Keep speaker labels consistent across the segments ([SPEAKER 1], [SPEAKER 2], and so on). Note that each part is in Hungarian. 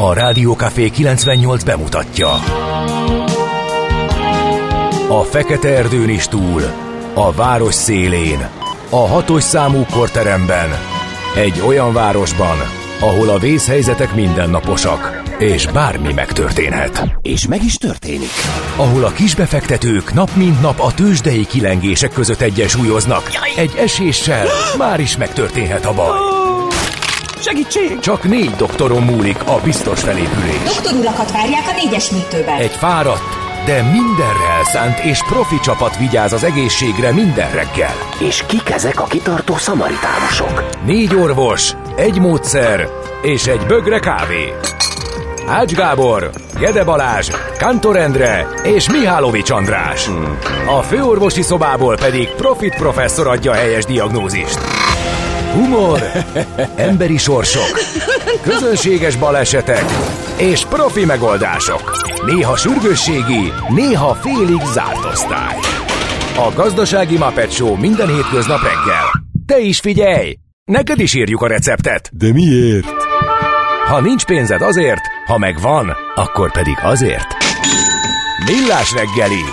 [SPEAKER 1] A Rádió Café 98 bemutatja. A Fekete Erdőn is túl, a város szélén, a 6. számú korteremben, egy olyan városban, ahol a vészhelyzetek mindennaposak, és bármi megtörténhet.
[SPEAKER 2] És meg is történik.
[SPEAKER 1] Ahol a kisbefektetők nap mint nap a tőzsdei kilengések között egyensúlyoznak. Egy eséssel már is megtörténhet a baj.
[SPEAKER 3] Segítség!
[SPEAKER 1] Csak 4 doktoron múlik a biztos felépülés.
[SPEAKER 4] Doktor urakat várják a 4-es műtőben.
[SPEAKER 1] Egy fáradt, de mindenre elszánt és profi csapat vigyáz az egészségre minden reggel.
[SPEAKER 2] És kik ezek a kitartó szamaritánusok?
[SPEAKER 1] 4 orvos, egy módszer és egy bögre kávé. Ács Gábor, Gede Balázs, Kántor Endre és Mihálovics András. A főorvosi szobából pedig Profit professzor adja a helyes diagnózist. Humor, emberi sorsok, közönséges balesetek és profi megoldások. Néha sürgősségi, néha félig zárt osztály. A Gazdasági Muppet Show minden hétköznap reggel. Te is figyelj! Neked is írjuk a receptet.
[SPEAKER 2] De miért?
[SPEAKER 1] Ha nincs pénzed azért, ha megvan, akkor pedig azért. Millás reggeli.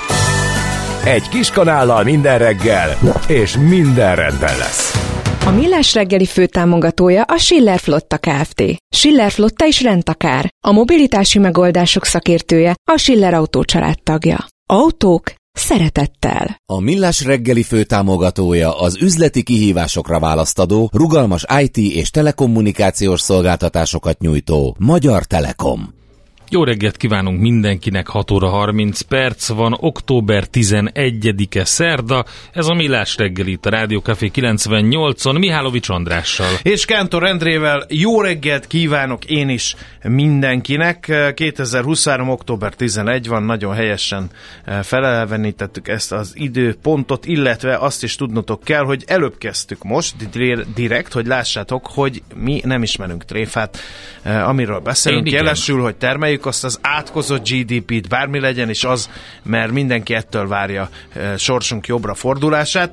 [SPEAKER 1] Egy kis kanállal minden reggel, és minden rendben lesz.
[SPEAKER 5] A Millás reggeli főtámogatója a Schiller Flotta Kft. Schiller Flotta is rendtakár. A mobilitási megoldások szakértője, a Schiller Autó család tagja. Autók szeretettel.
[SPEAKER 2] A Millás reggeli főtámogatója az üzleti kihívásokra választadó, rugalmas IT és telekommunikációs szolgáltatásokat nyújtó Magyar Telekom.
[SPEAKER 6] Jó reggelt kívánunk mindenkinek, 6 óra 30 perc van, október 11-e szerda, ez a Millás reggeli itt a Rádió Café 98-on Mihálovics Andrással.
[SPEAKER 7] És Kántor Endrével jó reggelt kívánok én is mindenkinek. 2023. október 11 van, nagyon helyesen felelevenítettük ezt az időpontot, illetve azt is tudnotok kell, hogy előbb kezdtük most direkt, hogy lássátok, hogy mi nem ismerünk tréfát, amiről beszélünk. Jelesül, hogy termeljük azt az átkozott GDP-t, bármi legyen is az, mert mindenki ettől várja sorsunk jobbra fordulását,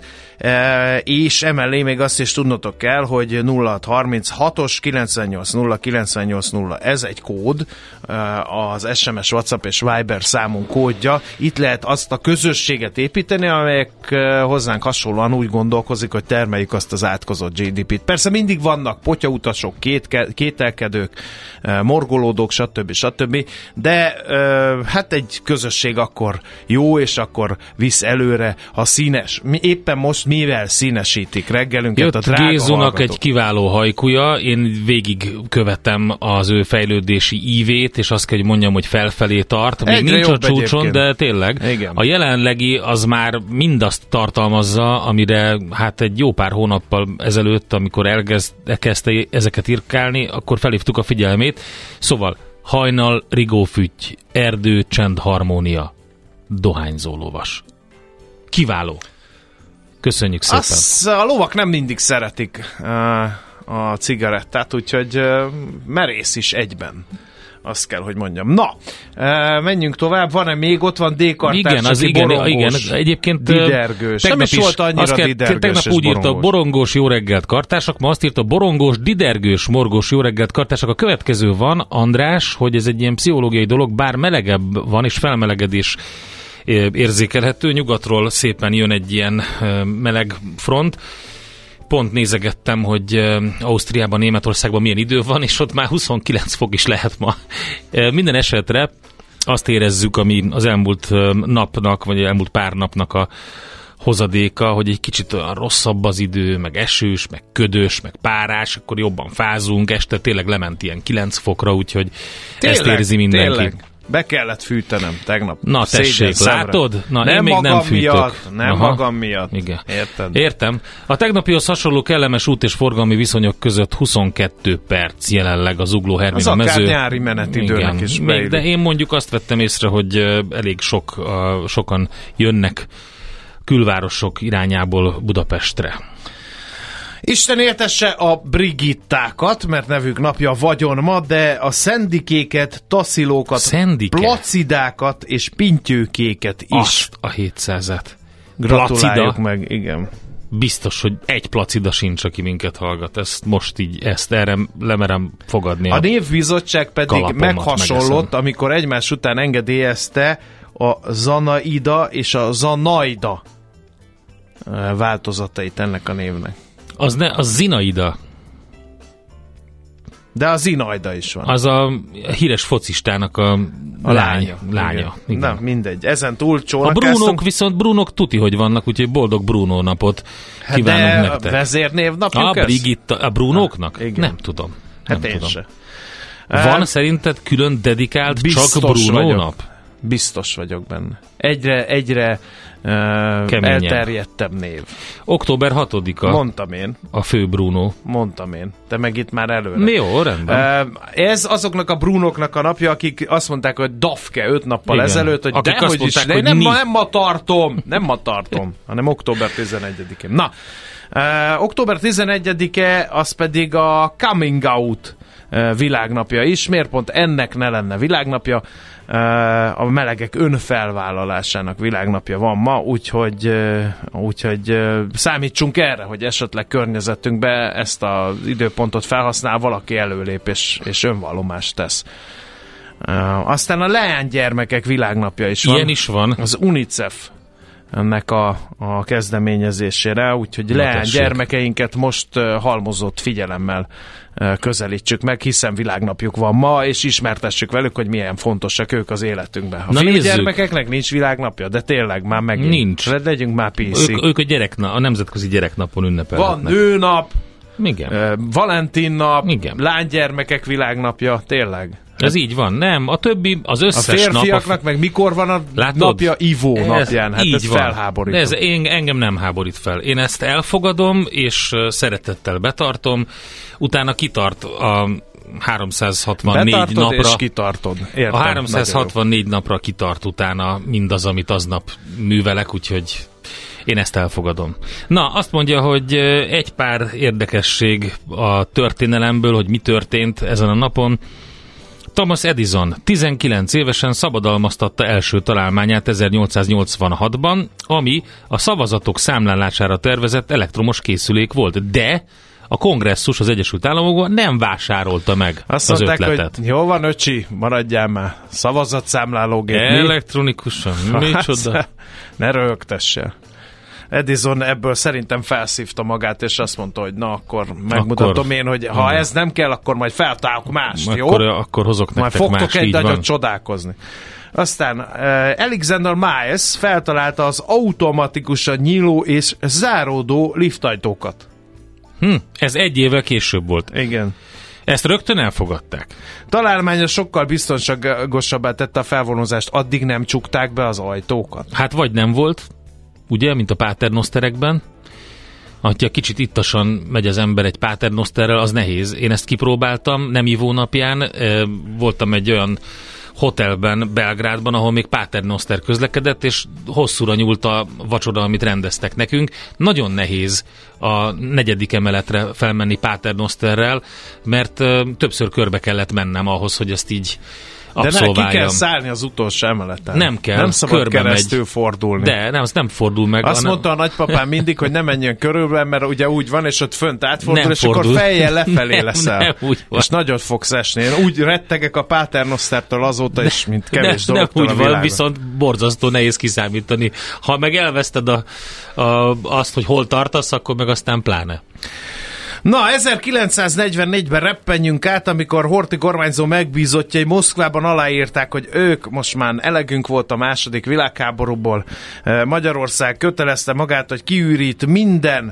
[SPEAKER 7] és emellé még azt is tudnotok kell, hogy 0636-os 980 ez egy kód, az SMS, WhatsApp és Viber számunk kódja. Itt lehet azt a közösséget építeni, amelyek hozzánk hasonlóan úgy gondolkozik, hogy termeljük azt az átkozott GDP-t. Persze mindig vannak potyautasok, kételkedők, morgolódók, stb. De hát egy közösség akkor jó, és akkor visz előre, ha színes. Éppen most mivel színesítik reggelünket
[SPEAKER 6] jött
[SPEAKER 7] a drága
[SPEAKER 6] Gézunak
[SPEAKER 7] hallgatók.
[SPEAKER 6] egy kiváló hajkuja, én végig követem az ő fejlődési ívét, és azt kell, hogy mondjam, hogy felfelé tart. Még
[SPEAKER 7] Egyre
[SPEAKER 6] nincs a
[SPEAKER 7] jobb
[SPEAKER 6] csúcson,
[SPEAKER 7] egyébként.
[SPEAKER 6] de tényleg.
[SPEAKER 7] Igen.
[SPEAKER 6] A jelenlegi az már mindazt tartalmazza, amire hát egy jó pár hónappal ezelőtt, amikor elkezdte ezeket irkálni, akkor felhívtuk a figyelmét. Szóval hajnal, rigófütty, erdő, csend, harmónia, dohányzó lovas. Kiváló. Köszönjük szépen.
[SPEAKER 7] A lovak nem mindig szeretik a cigarettát, úgyhogy merész is egyben. Azt kell, hogy mondjam. Na, menjünk tovább. Van-e még? Ott van D-kartárs,
[SPEAKER 6] Igen, az
[SPEAKER 7] aki
[SPEAKER 6] igen,
[SPEAKER 7] borongós,
[SPEAKER 6] egyébként
[SPEAKER 7] didergős. Nem is volt annyira didergős
[SPEAKER 6] tegnap
[SPEAKER 7] és
[SPEAKER 6] úgy írta,
[SPEAKER 7] borongós.
[SPEAKER 6] borongós jó reggelt kartársak, ma azt írta, borongós, didergős, morgós jó reggelt kartársak. A következő van, András, hogy ez egy ilyen pszichológiai dolog, bár melegebb van, és felmelegedés érzékelhető. Nyugatról szépen jön egy ilyen meleg front. Pont nézegettem, hogy Ausztriában, Németországban milyen idő van, és ott már 29 fok is lehet ma. Minden esetre azt érezzük, ami az elmúlt napnak, vagy elmúlt pár napnak a hozadéka, hogy egy kicsit olyan rosszabb az idő, meg esős, meg ködös, meg párás, akkor jobban fázunk, este tényleg lement ilyen 9 fokra, úgyhogy
[SPEAKER 7] tényleg,
[SPEAKER 6] ezt érzi mindenki.
[SPEAKER 7] Tényleg. Be kellett fűtenem tegnap.
[SPEAKER 6] Na tessék, látod? Na,
[SPEAKER 7] nem
[SPEAKER 6] én még
[SPEAKER 7] magam
[SPEAKER 6] nem fűtök.
[SPEAKER 7] miatt, nem magam miatt.
[SPEAKER 6] Igen.
[SPEAKER 7] Érted?
[SPEAKER 6] Értem. A tegnapihoz hasonló kellemes út és forgalmi viszonyok között 22 perc jelenleg az Zugló Hermina
[SPEAKER 7] az
[SPEAKER 6] mező.
[SPEAKER 7] akár nyári menetidőnek is beillik.
[SPEAKER 6] De én mondjuk azt vettem észre, hogy elég sokan jönnek külvárosok irányából Budapestre.
[SPEAKER 7] Isten éltesse a Brigittákat, mert nevük napja vagyon ma, de a szendikéket, taszilókat, placidákat és pintyőkéket is.
[SPEAKER 6] Azt a 700-et.
[SPEAKER 7] Gratuláljuk
[SPEAKER 6] Placida.
[SPEAKER 7] meg, igen.
[SPEAKER 6] Biztos, hogy egy placida sincs, aki minket hallgat. Ezt erre lemerem fogadni.
[SPEAKER 7] A névbizottság pedig meghasonlott, amikor egymás után engedélyezte a Zanaida és a Zanaida változatait ennek a névnek.
[SPEAKER 6] Az Zinaida.
[SPEAKER 7] De a Zinaida is van.
[SPEAKER 6] Az a híres focistának a lánya.
[SPEAKER 7] Igen. Na, mindegy. Ezen túl
[SPEAKER 6] a
[SPEAKER 7] csónakáztunk.
[SPEAKER 6] Brunók viszont Brunók tuti, hogy vannak, úgyhogy boldog Brunó napot kívánunk
[SPEAKER 7] de
[SPEAKER 6] nektek.
[SPEAKER 7] A vezérnévnapjuk
[SPEAKER 6] a Brigitta, a Brunóknak?
[SPEAKER 7] Igen.
[SPEAKER 6] Nem tudom.
[SPEAKER 7] Hát én se.
[SPEAKER 6] Van szerinted külön dedikált csak Brunó nap?
[SPEAKER 7] Biztos vagyok benne. Egyre elterjedtebb név.
[SPEAKER 6] Október 6-a.
[SPEAKER 7] Mondtam én.
[SPEAKER 6] A fő Bruno.
[SPEAKER 7] Mondtam én. Te meg itt már előre.
[SPEAKER 6] Jó, rendben.
[SPEAKER 7] Ez azoknak a Brunoknak a napja, akik azt mondták, hogy Dafke 5 nappal ezelőtt, hogy
[SPEAKER 6] akik
[SPEAKER 7] dehogy is,
[SPEAKER 6] mondták, hogy
[SPEAKER 7] nem ma tartom, hanem október 11-én. Na, október 11-e az pedig a coming out világnapja is. Miért pont ennek ne lenne világnapja? A melegek önfelvállalásának világnapja van ma, úgyhogy számítsunk erre, hogy esetleg környezetünkbe ezt az időpontot felhasznál, valaki előlép és önvallomást tesz. Aztán a leánygyermekek világnapja is van.
[SPEAKER 6] Ilyen is van.
[SPEAKER 7] Az UNICEF ennek a kezdeményezésére, úgyhogy leánygyermekeinket most halmozott figyelemmel közelítsük meg, hiszen világnapjuk van ma, és ismertessük velük, hogy milyen fontosak ők az életünkben. A fiúgyermekeknek nincs világnapja, de tényleg már megint.
[SPEAKER 6] Nincs.
[SPEAKER 7] Legyünk már PC.
[SPEAKER 6] Ők a nemzetközi gyereknapon ünnepelhetnek.
[SPEAKER 7] Van nőnap,
[SPEAKER 6] igen.
[SPEAKER 7] Valentin nap,
[SPEAKER 6] igen.
[SPEAKER 7] Lánygyermekek világnapja, tényleg.
[SPEAKER 6] Ez így van, nem, a többi, az összes nap...
[SPEAKER 7] A férfiaknak meg mikor van a napja? Ivó napján, hát ez felháborító.
[SPEAKER 6] Ez engem nem háborít fel. Én ezt elfogadom, és szeretettel betartom, utána kitart a 364
[SPEAKER 7] betartod
[SPEAKER 6] napra...
[SPEAKER 7] és kitartod. Értem,
[SPEAKER 6] a 364 napra kitart utána mindaz, amit aznap művelek, úgyhogy... Én ezt elfogadom. Na, azt mondja, hogy egy pár érdekesség a történelemből, hogy mi történt ezen a napon. Thomas Edison 19 évesen szabadalmaztatta első találmányát 1886-ban, ami a szavazatok számlálására tervezett elektromos készülék volt, de a kongresszus az Egyesült Államokban nem vásárolta meg
[SPEAKER 7] azt
[SPEAKER 6] az
[SPEAKER 7] mondták,
[SPEAKER 6] ötletet.
[SPEAKER 7] Hogy jó van, öcsi, maradjál már. Szavazatszámlálógép.
[SPEAKER 6] Elektronikusan. Micsoda?
[SPEAKER 7] Ne röhögtessél. Edison ebből szerintem felszívta magát, és azt mondta, hogy na, akkor megmutatom én, hogy ha ez nem kell, akkor majd feltalálok mást, jó?
[SPEAKER 6] Akkor hozok nektek
[SPEAKER 7] majd
[SPEAKER 6] mást,
[SPEAKER 7] fogtok egy nagyot csodálkozni. Aztán Alexander Miles feltalálta az automatikusan nyíló és záródó liftajtókat.
[SPEAKER 6] Ez egy évvel később volt.
[SPEAKER 7] Igen.
[SPEAKER 6] Ezt rögtön elfogadták.
[SPEAKER 7] Találmánya sokkal biztonságosabbá tette a felvonozást, addig nem csukták be az ajtókat.
[SPEAKER 6] Hát vagy nem volt, ugye, mint a paternosterekben. Ha kicsit ittasan megy az ember egy paternosterrel, az nehéz. Én ezt kipróbáltam, nem ivónapján. Voltam egy olyan hotelben, Belgrádban, ahol még paternoster közlekedett, és hosszúra nyúlt a vacsora, amit rendeztek nekünk. Nagyon nehéz a 4. emeletre felmenni paternosterrel, mert többször körbe kellett mennem ahhoz, hogy ezt így abszolváljam.
[SPEAKER 7] De ki kell szállni az utolsó emeleten.
[SPEAKER 6] Nem kell.
[SPEAKER 7] Nem szabad keresztül fordulni.
[SPEAKER 6] De nem, az nem fordul meg.
[SPEAKER 7] Azt mondta a nagypapám mindig, hogy ne menjen körülbelül, mert ugye úgy van, és ott fönt átfordul,
[SPEAKER 6] nem
[SPEAKER 7] és
[SPEAKER 6] fordul.
[SPEAKER 7] akkor fejjel lefelé leszel.
[SPEAKER 6] Nem, úgy van.
[SPEAKER 7] És nagyot fogsz esni. Én úgy rettegek a paternostertől azóta is, mint kevés dologtól
[SPEAKER 6] nem
[SPEAKER 7] a
[SPEAKER 6] úgy
[SPEAKER 7] világon.
[SPEAKER 6] van, viszont borzasztó nehéz kiszámítani. Ha meg elveszted azt, hogy hol tartasz, akkor meg aztán pláne.
[SPEAKER 7] Na, 1944-ben reppenjünk át, amikor Horthy kormányzó megbízottjai Moszkvában aláírták, hogy ők most már elegünk volt a második világháborúból. Magyarország kötelezte magát, hogy kiürít minden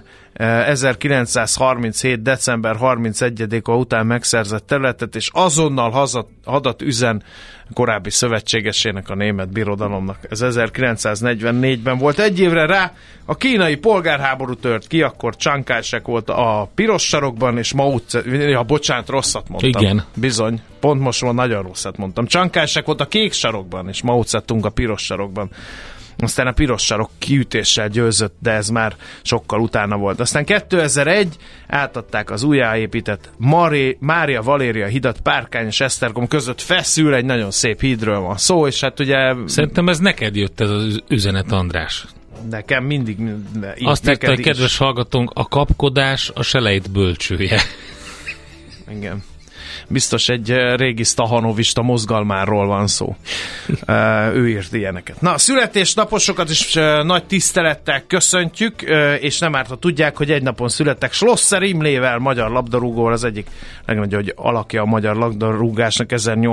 [SPEAKER 7] 1937. december 31-a után megszerzett területet, és azonnal hadat üzen korábbi szövetségesének, a német birodalomnak. Ez 1944-ben volt. Egy évre rá a kínai polgárháború tört ki, akkor Chiang Kai-shek volt a piros sarokban, és bocsánat, rosszat mondtam.
[SPEAKER 6] Igen.
[SPEAKER 7] Bizony, pont most van, nagyon rosszat mondtam. Chiang Kai-shek volt a kék sarokban, és Mao Zedong a piros sarokban. Aztán a piros sarok kiütéssel győzött, de ez már sokkal utána volt. Aztán 2001 átadták az újjáépített Mária Valéria hidat Párkány és Esztergom között feszül, egy nagyon szép hídről van szó, és hát ugye...
[SPEAKER 6] Szerintem ez neked jött ez az üzenet, András.
[SPEAKER 7] Nekem mindig így.
[SPEAKER 6] Azt írta egy kedves hallgatónk, a kapkodás a selejt bölcsője.
[SPEAKER 7] Igen. Biztos egy régi stahanovista mozgalmáról van szó. Ő írt ilyeneket. Na, a születésnaposokat is nagy tisztelettel köszöntjük, és nem árt, ha tudják, hogy egy napon születtek Schlosser Imrével, magyar labdarúgóval, az egyik legnagyobb alakja a magyar labdarúgásnak,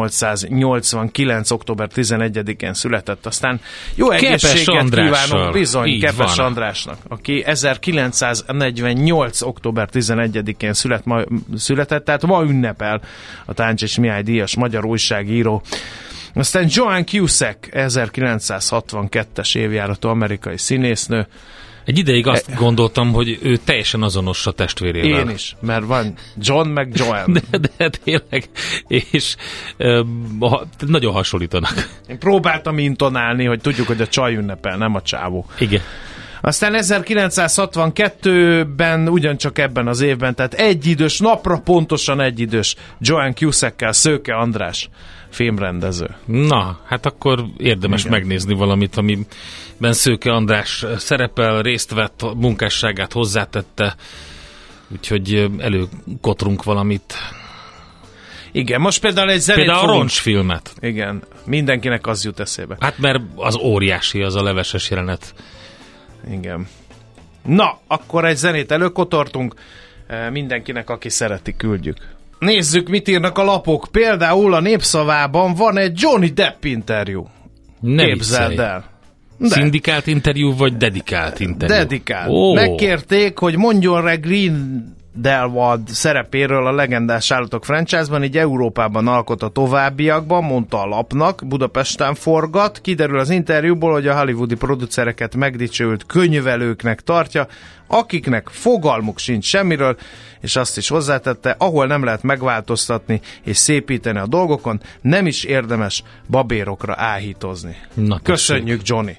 [SPEAKER 7] 1889. október 11-én született. Aztán jó egészséget kívánok bizony Kepes Andrásnak, aki 1948. október 11-én született, tehát ma ünnepel a Táncs és Mihály díjas magyar újságíró. Aztán Joan Cusack, 1962-es évjáratú amerikai színésznő.
[SPEAKER 6] Egy ideig azt gondoltam, hogy ő teljesen azonos a testvérével.
[SPEAKER 7] Én is, mert van John meg Joan.
[SPEAKER 6] De tényleg, és nagyon hasonlítanak.
[SPEAKER 7] Én próbáltam intonálni, hogy tudjuk, hogy a csaj ünnepel, nem a csávó.
[SPEAKER 6] Igen.
[SPEAKER 7] Aztán 1962-ben, ugyancsak ebben az évben, tehát egyidős, napra pontosan egyidős Joan Cusackkel Szőke András filmrendező.
[SPEAKER 6] Na, hát akkor érdemes megnézni valamit, amiben Szőke András szerepel, részt vett, munkásságát hozzátette, úgyhogy előkotrunk valamit.
[SPEAKER 7] Igen, most például egy zenét
[SPEAKER 6] Például a Roncs-filmet.
[SPEAKER 7] Igen, mindenkinek az jut eszébe.
[SPEAKER 6] Hát mert az óriási, az a leveses jelenet.
[SPEAKER 7] Igen. Na, akkor egy zenét előkotortunk, mindenkinek, aki szereti, küldjük. Nézzük, mit írnak a lapok. Például a Népszavában van egy Johnny Depp interjú. Képzeld el.
[SPEAKER 6] Szindikált interjú, vagy dedikált interjú?
[SPEAKER 7] Dedikált. Oh. Megkérték, hogy mondjon re Grindelwald szerepéről a legendás állatok franchise-ban, így Európában alkot a továbbiakban, mondta a lapnak, Budapesten forgat. Kiderül az interjúból, hogy a hollywoodi producereket megdicsőült könyvelőknek tartja, akiknek fogalmuk sincs semmiről, és azt is hozzátette, ahol nem lehet megváltoztatni és szépíteni a dolgokon, nem is érdemes babérokra áhítozni.
[SPEAKER 6] Na,
[SPEAKER 7] köszönjük, Johnny!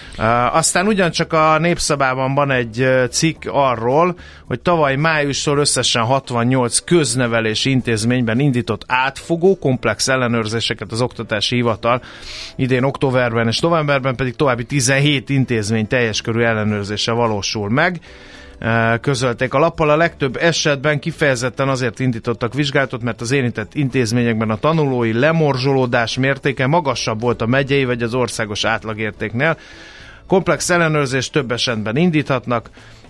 [SPEAKER 7] Aztán ugyancsak a Népszabában van egy cikk arról, hogy tavaly májustól összesen 68 köznevelési intézményben indított átfogó, komplex ellenőrzéseket az Oktatási Hivatal, idén októberben és novemberben pedig további 17 intézmény teljes körű ellenőrzése valósul meg. Közölték a lappal, a legtöbb esetben kifejezetten azért indítottak vizsgálatot, mert az érintett intézményekben a tanulói lemorzsolódás mértéke magasabb volt a megyei vagy az országos átlagértéknél. Komplex ellenőrzést több esetben indíthatnak,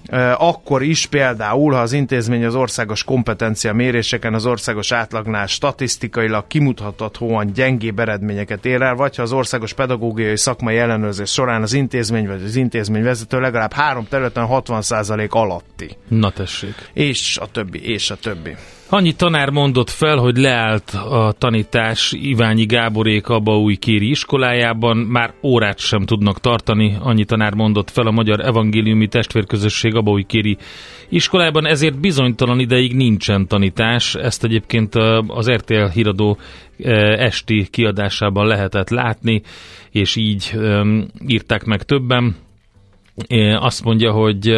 [SPEAKER 7] akkor is például, ha az intézmény az országos kompetencia méréseken az országos átlagnál statisztikailag kimutathatóan gyengébb eredményeket ér el, vagy ha az országos pedagógiai szakmai ellenőrzés során az intézmény vagy az intézményvezető legalább 3 területen 60% alatti.
[SPEAKER 6] Na tessék.
[SPEAKER 7] És a többi, és a többi.
[SPEAKER 6] Annyi tanár mondott fel, hogy leállt a tanítás Iványi Gáborék Abaújkéri iskolájában, már órát sem tudnak tartani, annyi tanár mondott fel a Magyar Evangéliumi Testvérközösség Abaújkéri iskolájában, ezért bizonytalan ideig nincsen tanítás. Ezt egyébként az RTL híradó esti kiadásában lehetett látni, és így írták meg többen. Azt mondja, hogy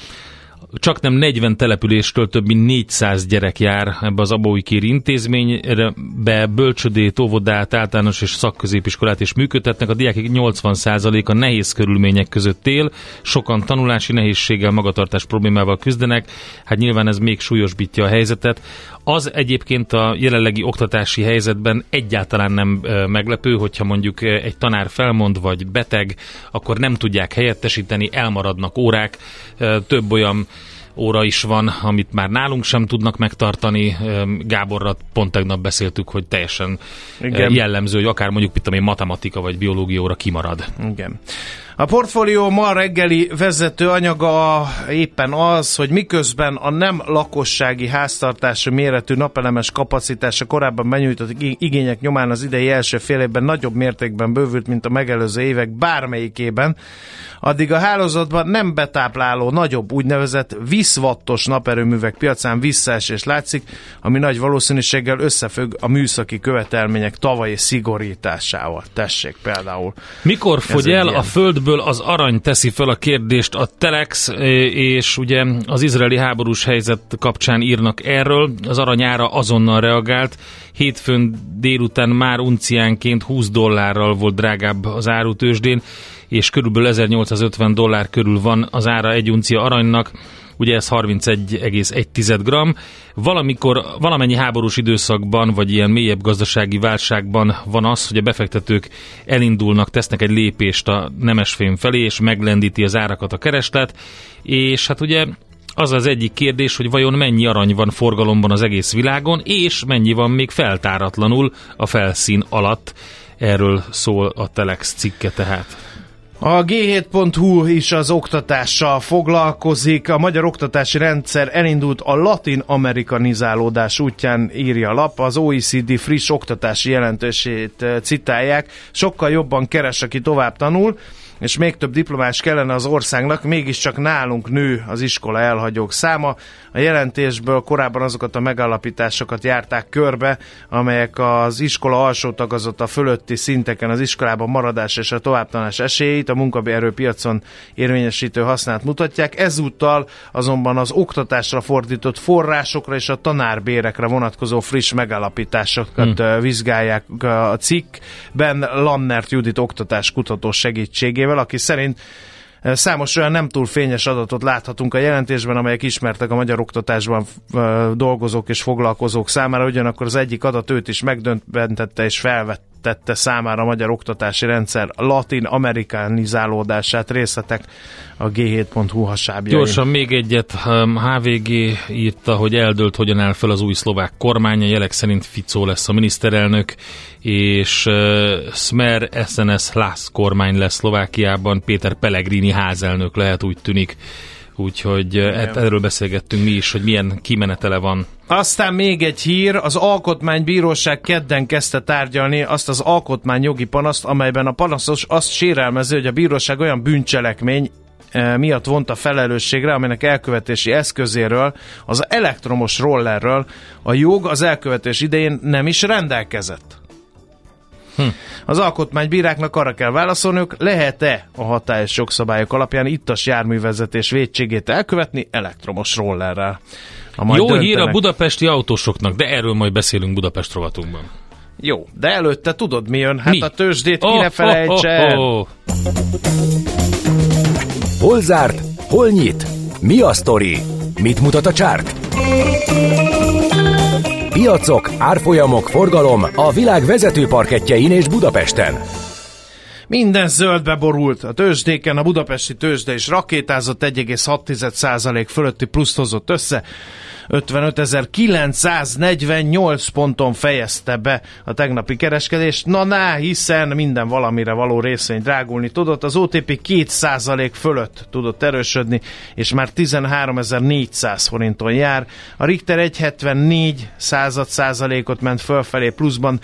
[SPEAKER 6] csak nem 40 településtől több mint 400 gyerek jár ebbe az Abaújkéri intézménybe, bölcsödét, óvodát, általános és szakközépiskolát is működtetnek. A diákok 80%-a nehéz körülmények között él, sokan tanulási nehézséggel, magatartás problémával küzdenek, hát nyilván ez még súlyosbítja a helyzetet. Az egyébként a jelenlegi oktatási helyzetben egyáltalán nem meglepő, hogyha mondjuk egy tanár felmond vagy beteg, akkor nem tudják helyettesíteni, elmaradnak órák, több olyan óra is van, amit már nálunk sem tudnak megtartani. Gáborral pont tegnap beszéltük, hogy teljesen jellemző, hogy akár mondjuk matematika vagy biológia óra kimarad.
[SPEAKER 7] Igen. A Portfólió ma reggeli vezető anyaga éppen az, hogy miközben a nem lakossági háztartási méretű napelemes kapacitása korábban benyújtott igények nyomán az idei első fél évben nagyobb mértékben bővült, mint a megelőző évek bármelyikében, addig a hálózatban nem betápláló nagyobb úgynevezett vízvattos naperőművek piacán visszaesés látszik, ami nagy valószínűséggel összefügg a műszaki követelmények tavalyi szigorításával. Tessék például.
[SPEAKER 6] Mikor fogy el a földből az arany, teszi fel a kérdést a Telex, és ugye az izraeli háborús helyzet kapcsán írnak erről. Az aranyára azonnal reagált. Hétfőn délután már unciánként $20 volt drágább az árutőzsdén, és körülbelül $1850 körül van az ára egy uncia aranynak, ugye ez 31,1 g. Valamennyi háborús időszakban, vagy ilyen mélyebb gazdasági válságban van az, hogy a befektetők elindulnak, tesznek egy lépést a nemesfém felé, és meglendíti az árakat a kereslet, és hát ugye az az egyik kérdés, hogy vajon mennyi arany van forgalomban az egész világon, és mennyi van még feltáratlanul a felszín alatt. Erről szól a Telex cikke tehát.
[SPEAKER 7] A G7.hu is az oktatással foglalkozik. A magyar oktatási rendszer elindult a latin-amerikanizálódás útján, írja a lap. Az OECD friss oktatási jelentését citálják. Sokkal jobban keres, aki tovább tanul, és még több diplomás kellene az országnak, mégiscsak nálunk nő az iskola elhagyók száma. A jelentésből korábban azokat a megállapításokat járták körbe, amelyek az iskola alsó tagozata fölötti szinteken az iskolában maradás és a továbbtanulás esélyét, a munkaerőpiacon érvényesítő hasznát mutatják. Ezúttal azonban az oktatásra fordított forrásokra és a tanárbérekre vonatkozó friss megállapításokat vizsgálják a cikkben Lannert Judit oktatáskutató segítségével, aki szerint számos olyan nem túl fényes adatot láthatunk a jelentésben, amelyek ismertek a magyar oktatásban dolgozók és foglalkozók számára, ugyanakkor az egyik adat őt is megdöbbentette és felvettette számára a magyar oktatási rendszer latin-amerikanizálódását. Részletek a G7.hu hasábjain.
[SPEAKER 6] Gyorsan még egyet, HVG írta, hogy eldőlt, hogyan áll fel az új szlovák kormány, a jelek szerint Fico lesz a miniszterelnök, és Smer SNS Hlas kormány lesz Szlovákiában, Péter Pellegrini házelnök lehet, úgy tűnik. Úgyhogy erről beszélgettünk mi is, hogy milyen kimenetele van.
[SPEAKER 7] Aztán még egy hír, az Alkotmánybíróság kedden kezdte tárgyalni azt az alkotmányjogi panaszt, amelyben a panaszos azt sérelmezi, hogy a bíróság olyan bűncselekmény miatt vonta felelősségre, aminek elkövetési eszközéről, az elektromos rollerről a jog az elkövetés idején nem is rendelkezett. Az alkotmánybíráknak arra kell válaszolniuk, lehet-e a hatályos jogszabályok alapján ittas járművezetés vétségét elkövetni elektromos rollerrel.
[SPEAKER 6] Jó hír a budapesti autósoknak, de erről majd beszélünk Budapest rovatunkban.
[SPEAKER 7] Jó, de előtte tudod mi jön? Hát a tőzsdét ki ne felejtse el.
[SPEAKER 1] Hol zárt? Hol nyit? Mi a sztori? Mit mutat a csárt? Piacok, árfolyamok, forgalom a világ vezető parkettjein és Budapesten.
[SPEAKER 7] Minden zöldbe borult. A tőzsdéken a budapesti tőzsde is rakétázott, 1,6% fölötti pluszt hozott össze. 55.948 ponton fejezte be a tegnapi kereskedést. Hiszen minden valamire való részvény drágulni tudott. Az OTP 2% fölött tudott erősödni, és már 13.400 forinton jár. A Richter 1,74%-ot ment fölfelé pluszban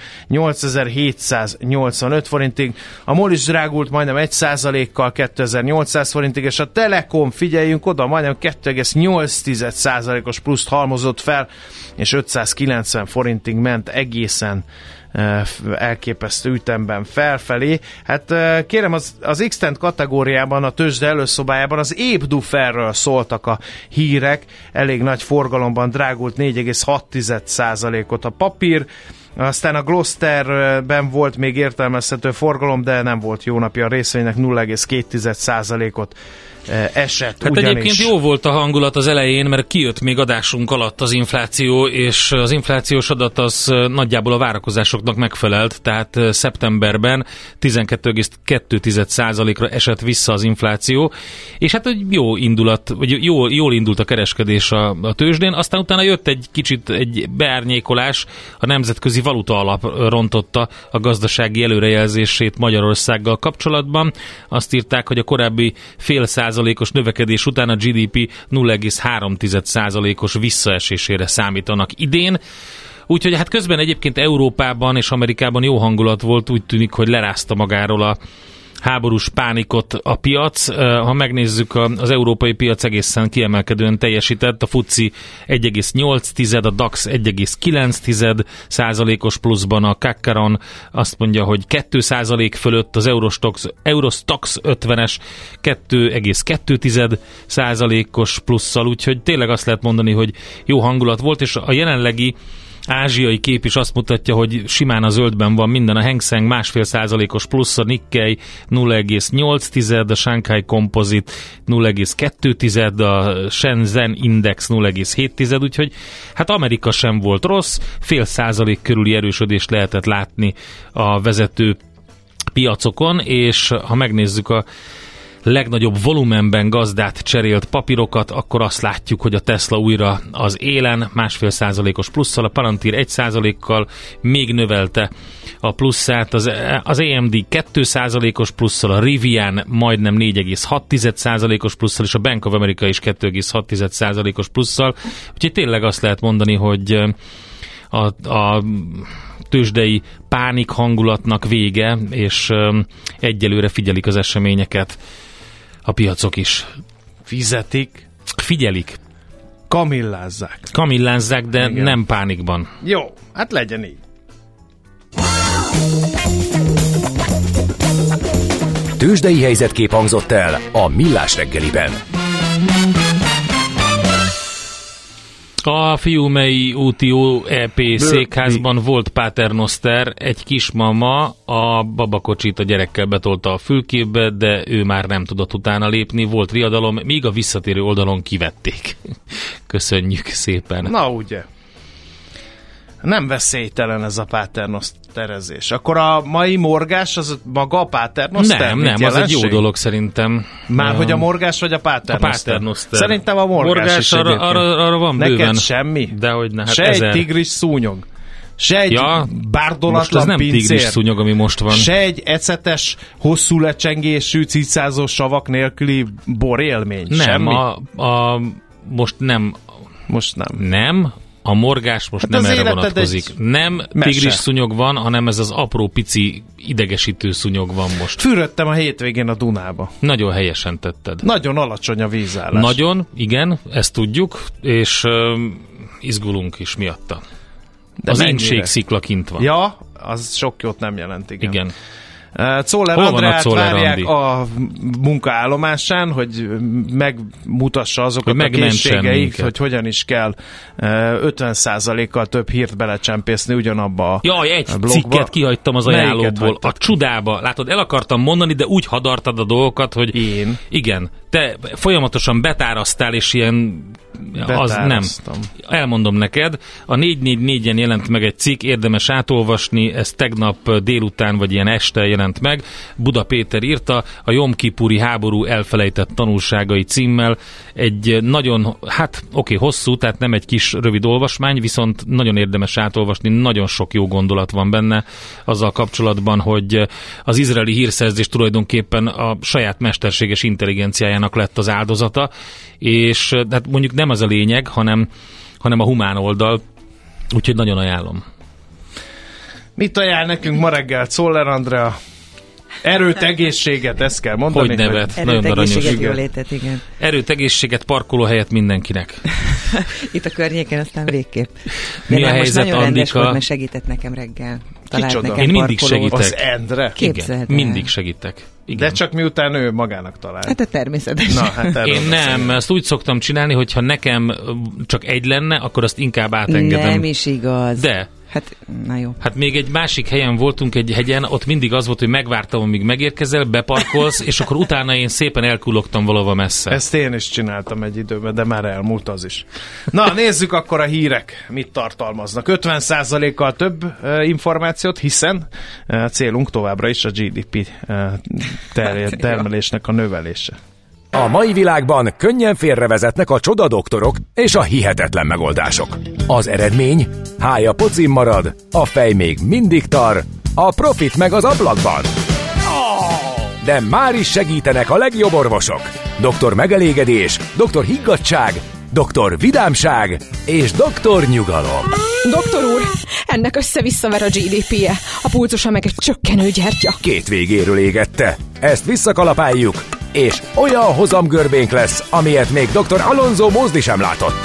[SPEAKER 7] 8.785 forintig. A MOL is drágult majdnem 1%-kal 2.800 forintig, és a Telekom, figyeljünk oda, majdnem 2,8%-os pluszt halmozott fel, és 590 forintig ment egészen elképesztő ütemben felfelé. Hát kérem, az X-Tent kategóriában, a tőzsde előszobájában az Ébduferről szóltak a hírek, elég nagy forgalomban drágult 4,6%-ot a papír, aztán a Glosterben volt még értelmezhető forgalom, de nem volt jó napja a részvénynek, 0,2%-ot esett.
[SPEAKER 6] Hát egyébként jó volt a hangulat az elején, mert kijött még adásunk alatt az infláció, és az inflációs adat az nagyjából a várakozásoknak megfelelt, tehát szeptemberben 12,2%-ra esett vissza az infláció, és hát egy jó indulat, vagy jól indult a kereskedés a tőzsdén, aztán utána jött egy kicsit egy beárnyékolás, a Nemzetközi Valuta Alap rontotta a gazdasági előrejelzését Magyarországgal kapcsolatban. Azt írták, hogy a korábbi 0,5%-os növekedés után a GDP 0,3%-os visszaesésére számítanak idén. Úgyhogy hát közben egyébként Európában és Amerikában jó hangulat volt, úgy tűnik, hogy lerázta magáról a háborús pánikot a piac. Ha megnézzük, az európai piac egészen kiemelkedően teljesített, a FTSE 1,8, a DAX 1,9%-os pluszban, a Kakkaron azt mondja, hogy 2% fölött, az Eurostoxx 50-es 2,2%-os plusszal, úgyhogy tényleg azt lehet mondani, hogy jó hangulat volt, és a jelenlegi ázsiai kép is azt mutatja, hogy simán a zöldben van minden, a Hang Seng 1,5%-os plusz, a Nikkei 0,8, a Shanghai Composite 0,2, a Shenzhen Index 0,7, úgyhogy hát Amerika sem volt rossz, 0,5% körüli erősödést lehetett látni a vezető piacokon, és ha megnézzük a legnagyobb volumenben gazdát cserélt papírokat, akkor azt látjuk, hogy a Tesla újra az élen 1,5%-os plusszal, a Palantir 1%-kal még növelte a pluszát, az AMD 2%-os plusszal, a Rivian majdnem 4,6%-os plusszal, és a Bank of America is 2,6%-os plusszal, úgyhogy tényleg azt lehet mondani, hogy a tőzsdei pánik hangulatnak vége, és egyelőre figyelik az eseményeket a piacok is. Figyelik. Kamillázzák, de igen, nem pánikban.
[SPEAKER 7] Jó, hát legyen így.
[SPEAKER 1] Tőzsdei helyzetkép hangzott el a Millás reggeliben.
[SPEAKER 6] A Fiumei úti OEP székházban volt paternoszter, egy kismama a babakocsit a gyerekkel betolta a fülkébe, de ő már nem tudott utána lépni, volt riadalom, míg a visszatérő oldalon kivették. Köszönjük szépen.
[SPEAKER 7] Na ugye. Nem veszélytelen ez a paternoszterezés. Akkor a mai morgás az maga a paternoszter?
[SPEAKER 6] Nem, az egy jó dolog szerintem.
[SPEAKER 7] Már hogy a morgás vagy a paternoszter? Szerintem a morgás is
[SPEAKER 6] arra van bőven.
[SPEAKER 7] Neked semmi?
[SPEAKER 6] Dehogyne, hát
[SPEAKER 7] se egy tigris szúnyog, se egy bárdolatlan
[SPEAKER 6] nem
[SPEAKER 7] pincér,
[SPEAKER 6] tigris szúnyog, ami most van.
[SPEAKER 7] Se egy ecetes, hosszú lecsengésű, cicázós savak nélküli borélmény.
[SPEAKER 6] Nem,
[SPEAKER 7] semmi?
[SPEAKER 6] most nem.
[SPEAKER 7] Most nem.
[SPEAKER 6] Nem. A morgás most hát nem erre vonatkozik. Nem tigris szúnyog van, hanem ez az apró pici idegesítő szúnyog van most.
[SPEAKER 7] Fürödtem a hétvégén a Dunába.
[SPEAKER 6] Nagyon helyesen tetted.
[SPEAKER 7] Nagyon alacsony a vízállás.
[SPEAKER 6] Nagyon, igen, ezt tudjuk, és izgulunk is miatta. De az Insékszikla kint van.
[SPEAKER 7] Ja, az sok jót nem jelent,
[SPEAKER 6] Igen.
[SPEAKER 7] Czoller Andrát várják a munkaállomásán, hogy megmutassa azokat a készségeit, hogy hogyan is kell 50%-kal több hírt belecsempészni ugyanabba a
[SPEAKER 6] egy
[SPEAKER 7] blogba.
[SPEAKER 6] Cikket kihagytam az ajánlóból. A csudába. Látod, el akartam mondani, de úgy hadartad a dolgokat, hogy
[SPEAKER 7] én?
[SPEAKER 6] Igen. Te folyamatosan betárasztál, és ilyen az nem. Elmondom neked, a 444-en jelent meg egy cikk, érdemes átolvasni, ez tegnap délután, vagy ilyen este jelent meg. Buda Péter írta, a Jom Kipuri háború elfelejtett tanulságai címmel. Egy nagyon, hosszú, tehát nem egy kis rövid olvasmány, viszont nagyon érdemes átolvasni, nagyon sok jó gondolat van benne azzal kapcsolatban, hogy az izraeli hírszerzés tulajdonképpen a saját mesterséges intelligenciájának lett az áldozata, és hát mondjuk nem az a lényeg, hanem a humán oldal, úgyhogy nagyon ajánlom.
[SPEAKER 7] Mit ajánl nekünk ma reggel Czoller Andrea? Erőt, egészséget, ezt kell mondani.
[SPEAKER 6] Hogy nevet,
[SPEAKER 8] erőt, egészséget, jólétet, igen.
[SPEAKER 6] Erőt, egészséget, parkolóhelyet mindenkinek.
[SPEAKER 8] Itt a környéken aztán végképp.
[SPEAKER 6] De mi a helyzet,
[SPEAKER 8] nagyon rendes volt,
[SPEAKER 6] Andika?
[SPEAKER 8] mert segített nekem reggel. Talált nekem
[SPEAKER 6] Én mindig
[SPEAKER 8] parkolót.
[SPEAKER 6] segítek.
[SPEAKER 7] Az Endre?
[SPEAKER 8] Képzeld el.
[SPEAKER 6] Mindig segítek. Igen.
[SPEAKER 7] De csak miután ő magának talál.
[SPEAKER 8] Hát természetesen.
[SPEAKER 7] Na, hát
[SPEAKER 6] én nem, ezt úgy szoktam csinálni, hogyha nekem csak egy lenne, akkor azt inkább átengedem.
[SPEAKER 8] Nem is igaz.
[SPEAKER 6] De.
[SPEAKER 8] Hát, na jó.
[SPEAKER 6] Hát még egy másik helyen voltunk, egy hegyen, ott mindig az volt, hogy megvártam, amíg megérkezel, beparkolsz, és akkor utána én szépen elkullogtam valahova messze.
[SPEAKER 7] Ezt én is csináltam egy időben, de már elmúlt az is. Na, nézzük akkor a hírek, mit tartalmaznak. 50%-kal több információt, hiszen célunk továbbra is a GDP termelésnek a növelése.
[SPEAKER 1] A mai világban könnyen félrevezetnek a csodadoktorok és a hihetetlen megoldások. Az eredmény? Hája pocim marad, a fej még mindig tar, a profit meg az ablakban. De már is segítenek a legjobb orvosok. Doktor megelégedés, doktor higgadtság, doktor vidámság és doktor nyugalom.
[SPEAKER 5] Doktor úr, ennek össze-visszaver a GDP-je, a pulzusa meg egy csökkenő gyertya.
[SPEAKER 1] Két végéről égette. Ezt visszakalapáljuk, és olyan hozamgörbénk lesz, amilyet még dr. Alonso Mózdi sem látott.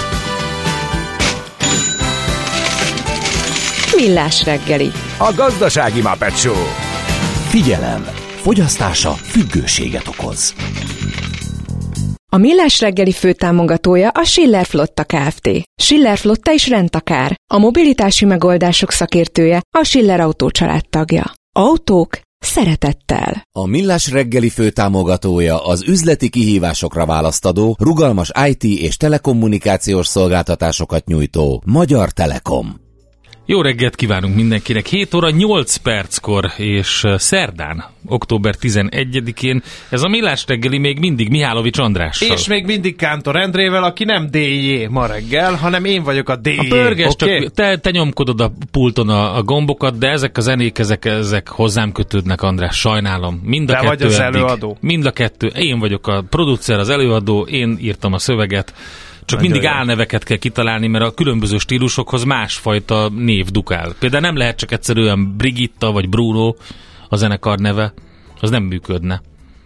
[SPEAKER 5] Millás reggeli.
[SPEAKER 1] A gazdasági Muppet Show.
[SPEAKER 2] Figyelem! Fogyasztása függőséget okoz.
[SPEAKER 5] A Millás reggeli főtámogatója a Schiller Flotta Kft. Schiller Flotta és rendtakár. A mobilitási megoldások szakértője, a Schiller Autó családtagja. Autók szeretettel.
[SPEAKER 2] A Millás reggeli főtámogatója az üzleti kihívásokra választadó, rugalmas IT és telekommunikációs szolgáltatásokat nyújtó Magyar Telekom.
[SPEAKER 6] Jó reggelt kívánunk mindenkinek! 7 óra 8 perckor és szerdán, október 11-én ez a Millás reggeli még mindig Mihálovics Andrással.
[SPEAKER 7] És még mindig Kántor Endrével, aki nem DJ ma reggel, hanem én vagyok a DJ.
[SPEAKER 6] A pörges,
[SPEAKER 7] okay?
[SPEAKER 6] Csak te nyomkodod a pulton a gombokat, de ezek a zenék, ezek hozzám kötődnek, András, sajnálom. Mind a
[SPEAKER 7] de
[SPEAKER 6] kettő
[SPEAKER 7] vagy az
[SPEAKER 6] eddig.
[SPEAKER 7] előadó.
[SPEAKER 6] Mind a kettő. Én vagyok a producer, az előadó, én írtam a szöveget. Csak
[SPEAKER 7] nagyon
[SPEAKER 6] mindig
[SPEAKER 7] jó.
[SPEAKER 6] álneveket kell kitalálni, mert a különböző stílusokhoz másfajta név dukál. Például nem lehet csak egyszerűen Brigitta vagy Bruno a zenekar neve. Az nem működne.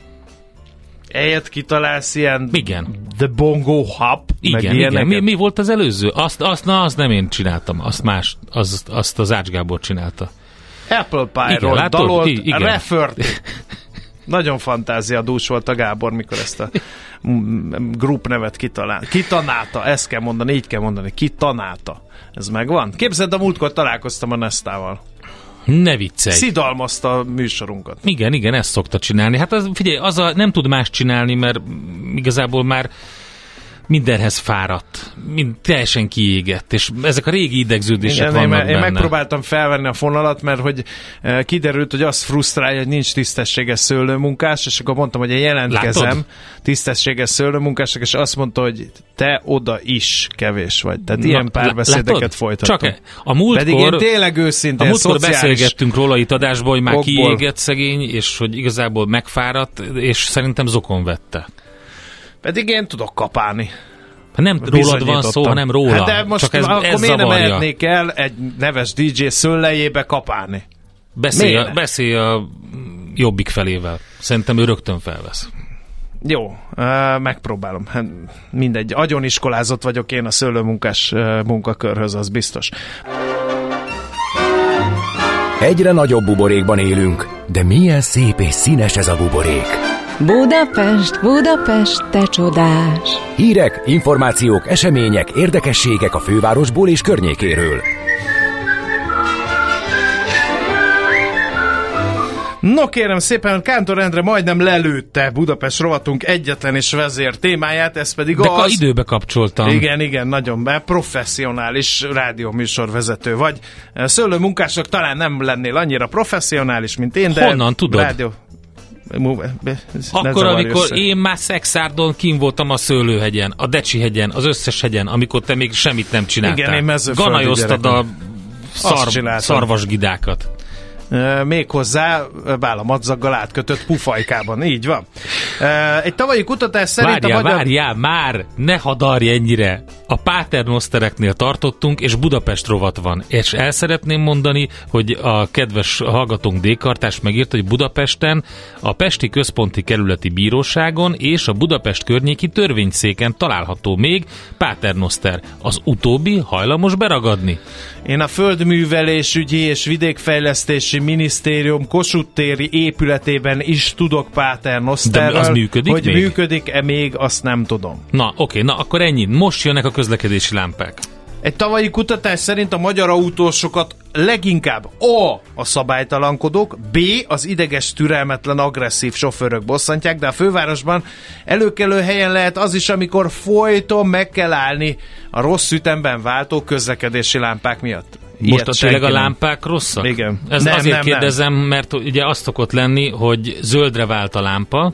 [SPEAKER 7] Eljött kitalálsz ilyen
[SPEAKER 6] Igen.
[SPEAKER 7] The Bongo Hop, meg
[SPEAKER 6] Igen.
[SPEAKER 7] ilyeneket.
[SPEAKER 6] Mi volt az előző? Azt nem én csináltam. Azt az Ács Gábor csinálta.
[SPEAKER 7] Apple Pie-ról
[SPEAKER 6] látod?
[SPEAKER 7] dalolt,
[SPEAKER 6] Igen.
[SPEAKER 7] Referti. Nagyon fantáziadús volt a Gábor, mikor ezt a group nevet kitanálta, ezt kell mondani, így kell mondani, kitanálta. Ez megvan? Képzeld, a múltkor találkoztam a Nestával.
[SPEAKER 6] Ne viccelj.
[SPEAKER 7] Szidalmazta a műsorunkat.
[SPEAKER 6] Igen, ezt szokta csinálni. Hát figyelj, nem tud más csinálni, mert igazából már mindenhez fáradt, teljesen kiégett, és ezek a régi idegződések
[SPEAKER 7] Igen,
[SPEAKER 6] vannak
[SPEAKER 7] én
[SPEAKER 6] benne.
[SPEAKER 7] megpróbáltam felvenni a fonalat, mert hogy kiderült, hogy az frusztrálja, hogy nincs tisztességes szőlőmunkás, és akkor mondtam, hogy én jelentkezem
[SPEAKER 6] Látod?
[SPEAKER 7] Tisztességes szőlőmunkásnak, és azt mondta, hogy te oda is kevés vagy. Tehát ilyen párbeszédeket folytattam.
[SPEAKER 6] Csak a múltkor,
[SPEAKER 7] pedig én tényleg őszintén
[SPEAKER 6] a múltkor
[SPEAKER 7] szociális
[SPEAKER 6] beszélgettünk róla itt adásban, hogy már
[SPEAKER 7] okból.
[SPEAKER 6] kiégett szegény, és hogy igazából megfáradt, és szerintem zokon vette.
[SPEAKER 7] Pedig én tudok kapálni.
[SPEAKER 6] Nem rólad van szó, hanem róla.
[SPEAKER 7] Hát de most
[SPEAKER 6] csak ez
[SPEAKER 7] akkor miért nem
[SPEAKER 6] zavarja.
[SPEAKER 7] mehetnék el egy neves DJ szőlejébe kapálni?
[SPEAKER 6] Beszélj a Jobbik felével. Szerintem ő rögtön felvesz.
[SPEAKER 7] Jó, megpróbálom. Hát mindegy, agyoniskolázott vagyok én a szőlőmunkás munkakörhöz, az biztos.
[SPEAKER 1] Egyre nagyobb buborékban élünk, de milyen szép és színes ez a buborék.
[SPEAKER 5] Budapest, Budapest, te csodás!
[SPEAKER 1] Hírek, információk, események, érdekességek a fővárosból és környékéről.
[SPEAKER 7] No kérem szépen, Kántor Endre majdnem lelőtte Budapest rovatunk egyetlen és vezér témáját, ez pedig
[SPEAKER 6] de
[SPEAKER 7] az...
[SPEAKER 6] időbe kapcsoltam.
[SPEAKER 7] Igen, nagyon professzionális rádióműsorvezető vagy. Szőlőmunkások talán nem lennél annyira professzionális, mint én, de...
[SPEAKER 6] Honnan tudod? Akkor, amikor én már Szexárdon kín voltam a Szőlőhegyen, a Decsi-hegyen, az összes hegyen, amikor te még semmit nem csináltál.
[SPEAKER 7] Igen, én mezőföldi
[SPEAKER 6] ganajoztad
[SPEAKER 7] gyerek.
[SPEAKER 6] a szarvasgidákat.
[SPEAKER 7] Méghozzá vállamadzaggal átkötött pufajkában, így van. Egy tavalyi kutatás szerint
[SPEAKER 6] Várjál, már ne hadarj ennyire. A Paternostereknél tartottunk, és Budapest rovat van. És el szeretném mondani, hogy a kedves hallgatónk D-kartás megírta, hogy Budapesten a Pesti Központi Kerületi Bíróságon és a Budapest környéki törvényszéken található még Paternoster. Az utóbbi hajlamos beragadni.
[SPEAKER 7] Én a Földművelésügyi és Vidékfejlesztési Minisztérium Kossuth téri épületében is tudok Paternosterről.
[SPEAKER 6] De az működik
[SPEAKER 7] hogy
[SPEAKER 6] még?
[SPEAKER 7] Működik-e még, azt nem tudom.
[SPEAKER 6] Na, oké, akkor ennyi. Most jönnek a közlekedési lámpák.
[SPEAKER 7] Egy tavalyi kutatás szerint a magyar autósokat leginkább a szabálytalankodók, B. az ideges, türelmetlen, agresszív sofőrök bosszantják, de a fővárosban előkelő helyen lehet az is, amikor folyton meg kell állni a rossz ütemben váltó közlekedési lámpák miatt.
[SPEAKER 6] Most tényleg a lámpák rosszak?
[SPEAKER 7] Igen.
[SPEAKER 6] Ez azért kérdezem, mert ugye azt szokott lenni, hogy zöldre vált a lámpa,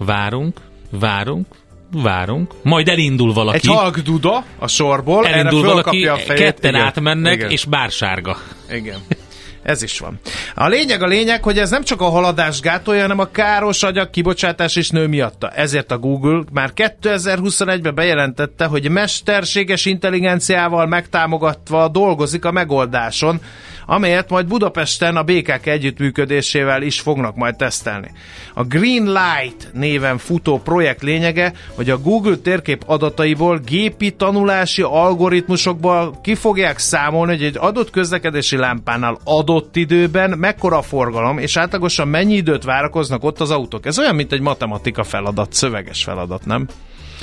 [SPEAKER 6] várunk, majd elindul valaki.
[SPEAKER 7] Egy halk duda a sorból,
[SPEAKER 6] elindul
[SPEAKER 7] erre
[SPEAKER 6] valaki,
[SPEAKER 7] a fejét,
[SPEAKER 6] ketten
[SPEAKER 7] igen,
[SPEAKER 6] átmennek,
[SPEAKER 7] igen.
[SPEAKER 6] és bársárga.
[SPEAKER 7] Igen. Ez is van. A lényeg, hogy ez nem csak a haladás gátolja, hanem a káros anyag kibocsátás is nő miatta. Ezért a Google már 2021-ben bejelentette, hogy mesterséges intelligenciával megtámogatva dolgozik a megoldáson, amelyet majd Budapesten a BKK együttműködésével is fognak majd tesztelni. A Green Light néven futó projekt lényege, hogy a Google térkép adataiból, gépi tanulási algoritmusokból ki fogják számolni, hogy egy adott közlekedési lámpánál adott időben mekkora a forgalom, és átlagosan mennyi időt várakoznak ott az autók. Ez olyan, mint egy matematika feladat, szöveges feladat, nem?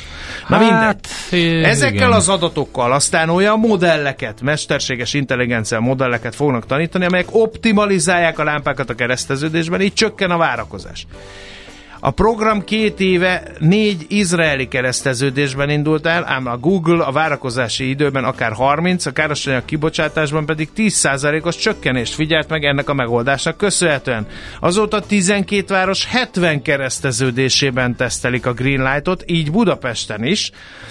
[SPEAKER 7] Na
[SPEAKER 6] Hát,
[SPEAKER 7] mindegy. Ezekkel
[SPEAKER 6] igen.
[SPEAKER 7] az adatokkal aztán olyan modelleket, mesterséges intelligencia modelleket fognak tanítani, amelyek optimalizálják a lámpákat a kereszteződésben, így csökken a várakozás. A program 2 éve 4 izraeli kereszteződésben indult el, ám a Google a várakozási időben akár 30, a károsanyag kibocsátásban pedig 10%-os csökkenést figyelt meg ennek a megoldásnak köszönhetően. Azóta 12 város 70 kereszteződésében tesztelik a Greenlight-ot, így Budapesten is.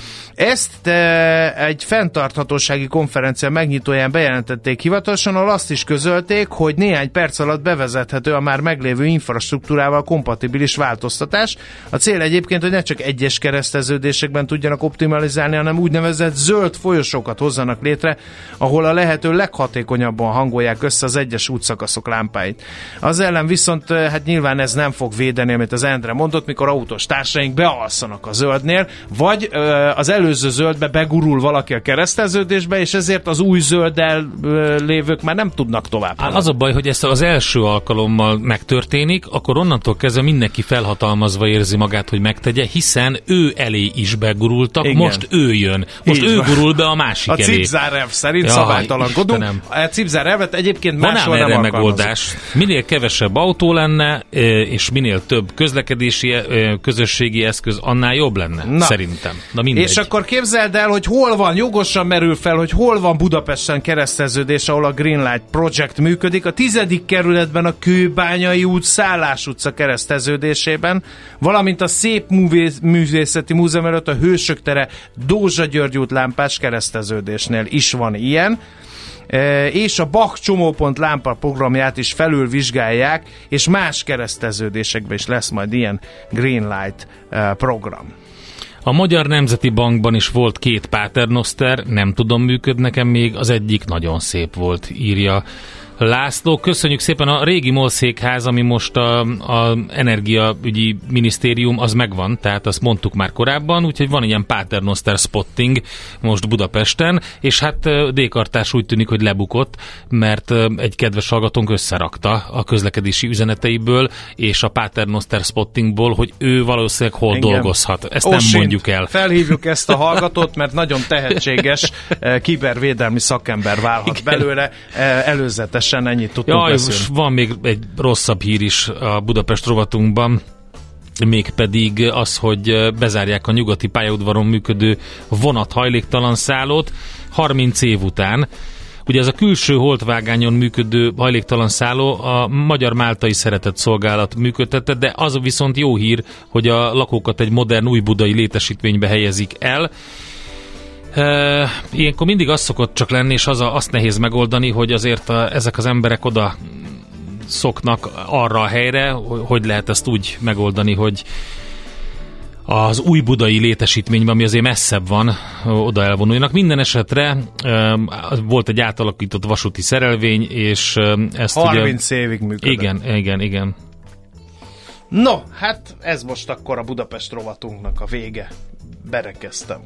[SPEAKER 7] Ezt egy fenntarthatósági konferencia megnyitóján bejelentették hivatalosan, ahol azt is közölték, hogy néhány perc alatt bevezethető a már meglévő infrastruktúrával kompatibilis változtatás. A cél egyébként, hogy ne csak egyes kereszteződésekben tudjanak optimalizálni, hanem úgynevezett zöld folyosókat hozzanak létre, ahol a lehető leghatékonyabban hangolják össze az egyes útszakaszok lámpáit. Az ellen viszont hát nyilván ez nem fog védeni, amit az Endre mondott, mikor autós társaink bealszanak a zöldnél, vagy az előző zöldbe begurul valaki a kereszteződésbe, és ezért az új zölddel lévők már nem tudnak tovább.
[SPEAKER 6] Az a baj, hogy ezt az első alkalommal megtörténik, akkor onnantól kezdve mindenki felhatalmazva érzi magát, hogy megtegye, hiszen ő elé is begurultak, igen. Most ő jön. Most így ő van. Gurul be a másik elé.
[SPEAKER 7] A cipzárelv szerint szabálytalankodunk. A cipzárelvet egyébként máshol nem
[SPEAKER 6] megoldás. Minél kevesebb autó lenne, és minél több közlekedési, közösségi eszköz, annál jobb lenne, szerintem. Na mindegy.
[SPEAKER 7] És akkor képzeld el, hogy hol van, jogosan merül fel, hogy hol van Budapesten kereszteződés, ahol a Greenlight Project működik. A 10. kerületben a Kőbányai út, Szállás utca kereszteződésében, valamint a Szép Művészeti Múzeum előtt a Hősök tere, Dózsa György út lámpás kereszteződésnél is van ilyen. És a Bach csomópont lámpa programját is felülvizsgálják, és más kereszteződésekben is lesz majd ilyen Greenlight program.
[SPEAKER 6] A Magyar Nemzeti Bankban is volt 2 paternoster, nem tudom, működnek-e még, az egyik nagyon szép volt, írja László. Köszönjük szépen, a régi MOL székház, ami most a energiaügyi minisztérium, az megvan, tehát azt mondtuk már korábban, úgyhogy van ilyen paternoster spotting most Budapesten, és hát D-kartás úgy tűnik, hogy lebukott, mert egy kedves hallgatónk összerakta a közlekedési üzeneteiből és a paternoster spottingból, hogy ő valószínűleg hol dolgozhat. Ezt nem mondjuk el.
[SPEAKER 7] Felhívjuk ezt a hallgatót, mert nagyon tehetséges kibervédelmi szakember válhat belőle, előzetes. Ennyit tudtunk beszélni.
[SPEAKER 6] Van még egy rosszabb hír is a Budapest rovatunkban, mégpedig az, hogy bezárják a nyugati pályaudvaron működő vonat hajléktalan szállót 30 év után. Ugye ez a külső holtvágányon működő hajléktalan szálló a Magyar Máltai Szeretett Szolgálat működtette, de az viszont jó hír, hogy a lakókat egy modern újbudai létesítménybe helyezik el. Ilyenkor mindig az szokott csak lenni, és azt nehéz megoldani, hogy azért ezek az emberek oda szoknak arra a helyre, hogy lehet ezt úgy megoldani, hogy az újbudai létesítményben, ami azért messzebb van, oda elvonuljanak. Minden esetre volt egy átalakított vasúti szerelvény, és ezt
[SPEAKER 7] 30 évig működött.
[SPEAKER 6] Igen.
[SPEAKER 7] No, hát ez most akkor a Budapest rovatunknak a vége. Berekeztem.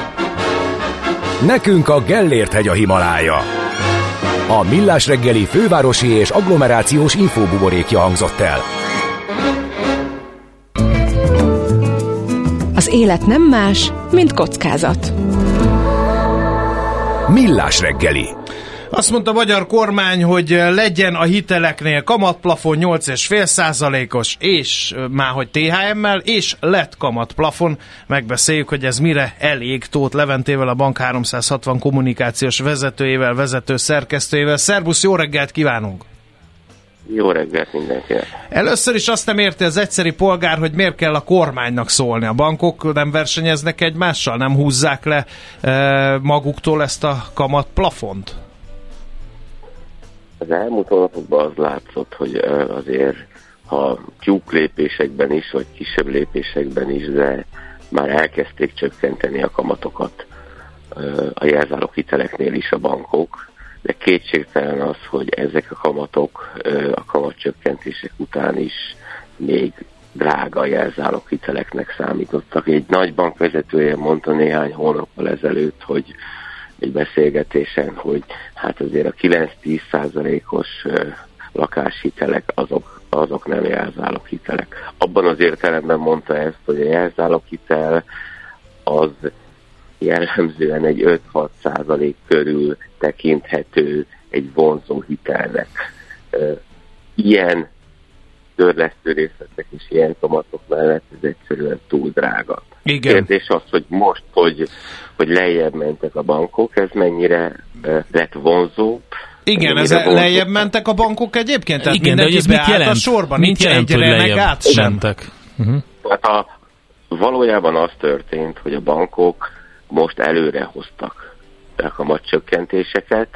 [SPEAKER 1] Nekünk a Gellért-hegy a Himalája. A Millás reggeli fővárosi és agglomerációs infóbuborékja hangzott el.
[SPEAKER 5] Az élet nem más, mint kockázat.
[SPEAKER 1] Millás reggeli.
[SPEAKER 7] Azt mondta a magyar kormány, hogy legyen a hiteleknél kamatplafon 8,5%-os, és már hogy THM-mel, és lett kamatplafon. Megbeszéljük, hogy ez mire elég. Tóth Leventével, a Bank 360 kommunikációs vezetőjével, vezető szerkesztőjével. Szerbusz, jó reggelt kívánunk!
[SPEAKER 9] Jó reggelt mindenkinek!
[SPEAKER 7] Először is azt nem érti az egyszeri polgár, hogy miért kell a kormánynak szólni. A bankok nem versenyeznek egymással, nem húzzák le maguktól ezt a kamatplafont?
[SPEAKER 9] Az elmúlt hónapokban az látszott, hogy azért, ha tyúk lépésekben is, vagy kisebb lépésekben is, de már elkezdték csökkenteni a kamatokat a jelzálog hiteleknél is a bankok, de kétségtelen az, hogy ezek a kamatok a kamatcsökkentések után is még drága jelzálog hiteleknek számítottak. Egy nagy bank vezetője mondta néhány hónappal ezelőtt, hogy egy beszélgetésen, hogy hát azért a 9-10%-os lakáshitelek azok nem jelzáloghitelek. Abban az értelemben mondta ezt, hogy a jelzáloghitel az jellemzően egy 5-6% körül tekinthető egy vonzó hitelnek. Ilyen törlesztő részletek és ilyen kamatok mellett ez egyszerűen túl drága.
[SPEAKER 7] Igen.
[SPEAKER 9] Kérdés az, hogy most, hogy lejjebb mentek a bankok, ez mennyire lett vonzó.
[SPEAKER 7] Igen, lejjebb mentek a bankok egyébként? Tehát
[SPEAKER 6] igen,
[SPEAKER 7] mindenki beállt a sorban, nincs egy renegát sem.
[SPEAKER 9] Tehát valójában az történt, hogy a bankok most előre hoztak a kamatcsökkentéseket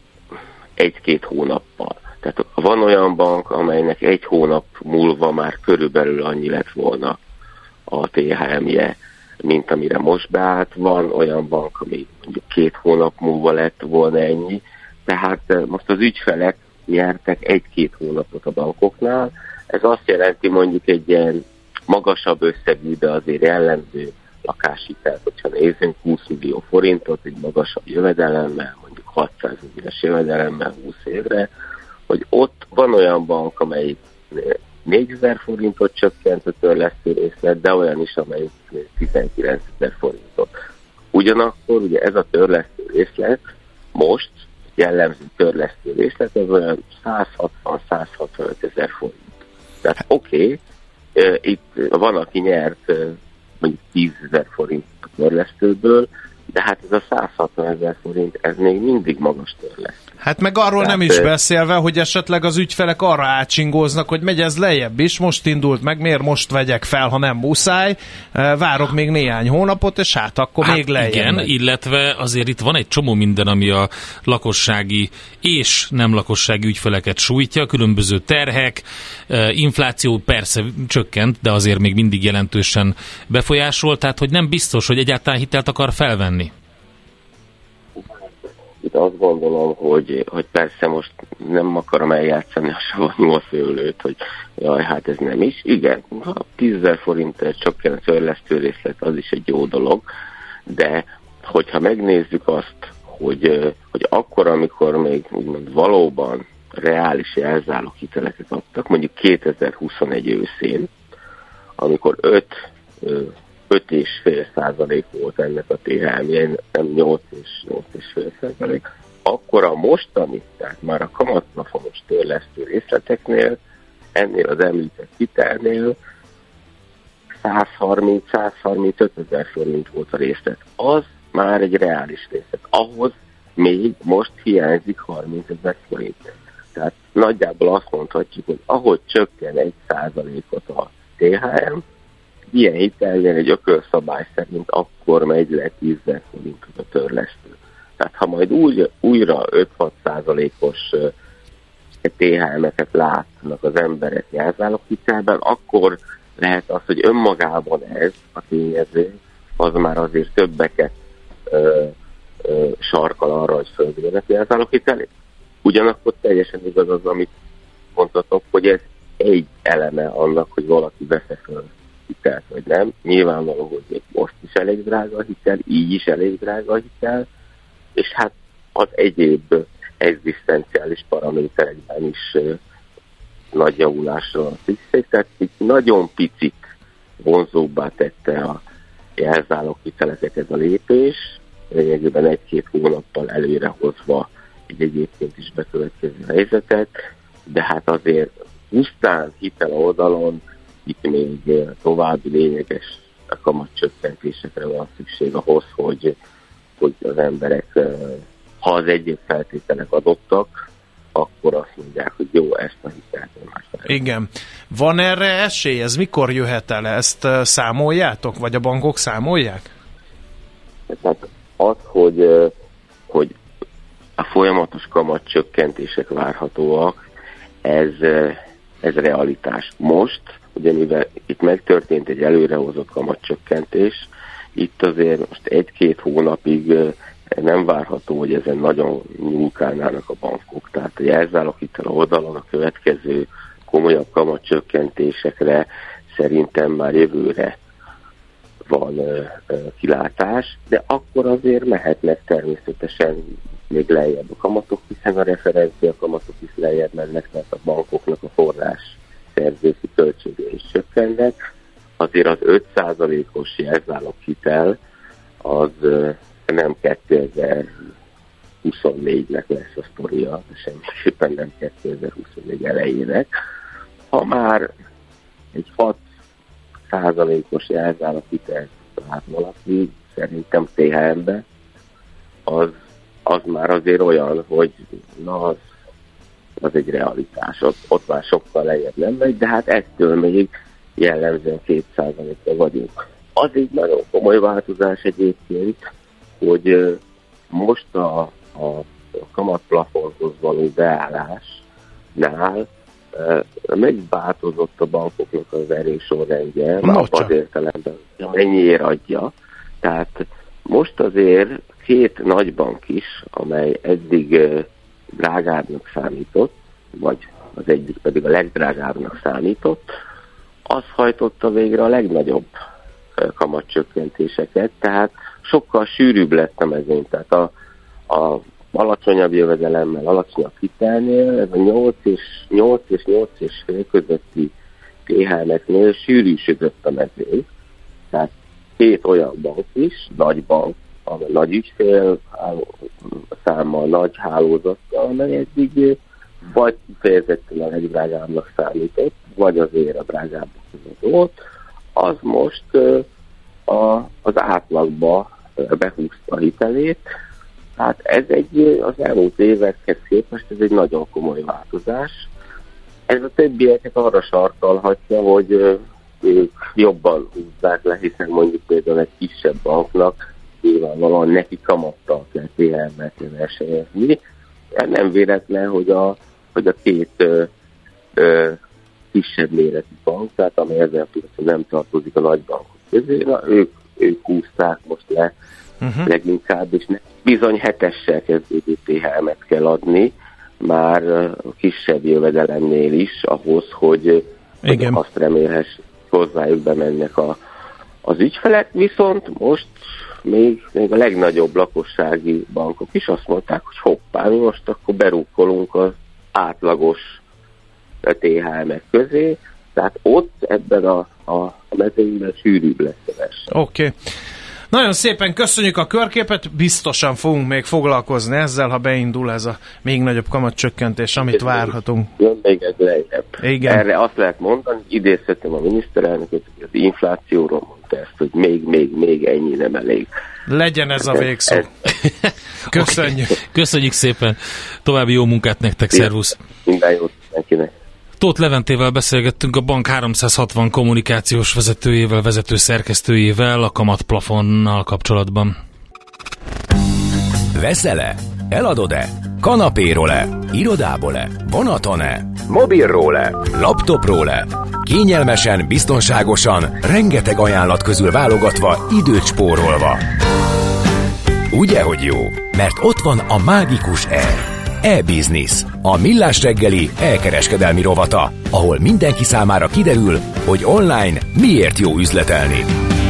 [SPEAKER 9] 1-2 hónappal. Tehát van olyan bank, amelynek 1 hónap múlva már körülbelül annyi lett volna a THM-je, mint amire most beállt. Van olyan bank, ami mondjuk 2 hónap múlva lett volna ennyi. Tehát most az ügyfelek nyertek 1-2 hónapot a bankoknál. Ez azt jelenti mondjuk egy ilyen magasabb összegű, de azért jellemző lakáshitelt, hogyha nézzünk 20 millió forintot, egy magasabb jövedelemmel, mondjuk 600 milliós jövedelemmel 20 évre, hogy ott van olyan bank, amelyik 4000 forintot csökkent a törlesztő részlet, de olyan is, amelyik 19 000 forintot. Ugyanakkor ugye ez a törlesztő részlet most jellemző törlesztő részlet, az olyan 160-165 000 forint. Tehát oké, itt van, aki nyert mondjuk 10 000 forint a törlesztőből, de hát ez a 160 000 forint, ez még mindig magas törlesztő.
[SPEAKER 7] Hát meg arról nem is beszélve, hogy esetleg az ügyfelek arra átsingóznak, hogy megy ez lejjebb is, most indult meg, miért most vegyek fel, ha nem muszáj, várok még néhány hónapot, és hát akkor még lejjebb.
[SPEAKER 6] Igen, megy. Illetve azért itt van egy csomó minden, ami a lakossági és nem lakossági ügyfeleket sújtja, különböző terhek, infláció persze csökkent, de azért még mindig jelentősen befolyásol, tehát hogy nem biztos, hogy egyáltalán hitelt akar felvenni.
[SPEAKER 9] Itt azt gondolom, hogy persze most nem akarom eljátszani a savanyú szőlőt, hogy jaj, hát ez nem is. Igen, ha 10 000 forintért csökken a törlesztő részlet, az is egy jó dolog, de hogyha megnézzük azt, hogy akkor, amikor még úgymond valóban reális jelzálog hiteleket adtak, mondjuk 2021 őszén, amikor 5,5% volt ennek a THM-je, nem 8,5%, akkor a mostani, tehát már a kamatplafonos törlesztő részleteknél, ennél az említett hitelnél 130-135 000 forint volt a részlet. Az már egy reális részlet. Ahhoz még most hiányzik 30 000 forint. Tehát nagyjából azt mondhatjuk, hogy ahogy csökken 1%-ot a THM, ilyen hitelnél egy ökölszabály szerint akkor megy le 10 000 forintot a törlesztő. Tehát ha majd újra 5-6%-os THM-eket látnak az emberek jelzálog hitelben, akkor lehet az, hogy önmagában ez a tényező, az már azért többeket sarkal arra, hogy földüljenek jelzálog hitel. Ugyanakkor teljesen igaz az, amit mondhatok, hogy ez egy eleme annak, hogy valaki vesz föl hitelt, vagy nem. Nyilvánvaló, hogy még most is elég drága a hitel, így is elég drága a hitel, és hát az egyéb egzisztenciális paraméterekben is nagy javulásra van szükség, tehát itt nagyon picit vonzóbbá tette a jelzálog hiteleket ez a lépés, lényegében 1-2 hónappal előrehozva egy egyébként is bekövetkező helyzetet, de hát azért pusztán hitel oldalon itt még további lényeges kamatcsökkentésekre van szükség ahhoz, hogy az emberek, ha az egyéb feltételek adottak, akkor azt mondják, hogy jó, ezt a hitelt más.
[SPEAKER 7] Igen. Van erre esély? Ez mikor jöhet el? Ezt számoljátok? Vagy a bankok számolják?
[SPEAKER 9] Tehát az, hogy a folyamatos kamatcsökkentések várhatóak, ez realitás. Most, ugye mivel itt megtörtént egy előrehozott kamatcsökkentés, itt azért most 1-2 hónapig nem várható, hogy ezen nagyon nyúlkálnának a bankok. Tehát a jelzáloghitel oldalon a következő komolyabb kamatcsökkentésekre szerintem már jövőre van kilátás, de akkor azért mehetnek természetesen még lejjebb a kamatok, hiszen a referencia kamatok is lejjebb mennek, tehát a bankoknak a forrás szerzési költségei is csökkennek. Azért az 5%-os jelzáloghitel az nem 2024-nek lesz a sztoria, semmiképpen nem 2024 elejének. Ha már egy 6%-os jelzáloghitel lát valaki, szerintem THM-be, az már azért olyan, hogy na az egy realitás, ott már sokkal lejjebb nem megy, de hát ettől még jellemzően 2%-ra vagyunk. Az egy nagyon komoly változás egyébként, hogy most a kamatplafonhoz való beállásnál megváltozott a bankoknak az erősorrendje, az értelemben, mennyiért adja. Tehát most azért két nagy bank is, amely eddig drágábbnak számított, vagy az egyik pedig a legdrágábbnak számított, az hajtotta végre a legnagyobb kamatcsökkentéseket, tehát sokkal sűrűbb lett a mezőny. Tehát a alacsonyabb jövedelemmel, alacsonyabb hitelnél, ez a 8 és 8,5 közötti THM-eknél sűrűsödött a mezőny. Tehát két olyan bank is, nagy bank, amely nagy ügyfél számmal, nagy hálózattal, amely eddig vagy kifejezetten a legdrágábbnak számított, vagy azért a drágábbak között volt, az most az átlagba behúzta a hitelét. Hát ez az elmúlt évekhez képest ez egy nagyon komoly változás. Ez a többieket arra sarkalhatja, hogy ők jobban húzzák le, hiszen mondjuk például egy kisebb banknak nyilvánvalóan neki kamattal kell THM-mel versenyezni. Nem véletlen, hogy a két kisebb méretű bank, tehát amely ezen piacon nem tartozik a nagy bankok közé, ők húzták most le leginkább, és bizony 7-essel kezdődő THM-et kell adni, már a kisebb jövedelemnél is, ahhoz, hogy azt remélhess, hozzájuk bemennek az ügyfelek, viszont most még a legnagyobb lakossági bankok is azt mondták, hogy hoppá, mi most akkor berúkolunk az átlagos THM-ek közé, tehát ott ebben a mezőnyben sűrűbb lesz a verseny.
[SPEAKER 7] Oké. Nagyon szépen köszönjük a körképet, biztosan fogunk még foglalkozni ezzel, ha beindul ez a még nagyobb kamatcsökkentés, amit várhatunk.
[SPEAKER 9] Jön még ez lejjebb.
[SPEAKER 7] Igen.
[SPEAKER 9] Erre azt lehet mondani, idézhetem a miniszterelnököt, hogy az inflációról mondta ezt, hogy még ennyi nem elég.
[SPEAKER 7] Legyen ez a végszó. Köszönjük.
[SPEAKER 6] Köszönjük szépen. További jó munkát nektek, szervusz.
[SPEAKER 9] Minden jót mindenkinek.
[SPEAKER 6] Tóth Leventével beszélgettünk, a bank 360 kommunikációs vezetőjével, vezető szerkesztőjével a kamatplafonnal kapcsolatban.
[SPEAKER 1] Veszel-e? Eladod-e? Kanapéról-e? Irodából-e? Vonaton-e? Mobilról-e? Laptopról-e? Kényelmesen, biztonságosan, rengeteg ajánlat közül válogatva, időt spórolva. Ugye, hogy jó? Mert ott van a mágikus e-business, a millás reggeli e-kereskedelmi rovata, ahol mindenki számára kiderül, hogy online miért jó üzletelni.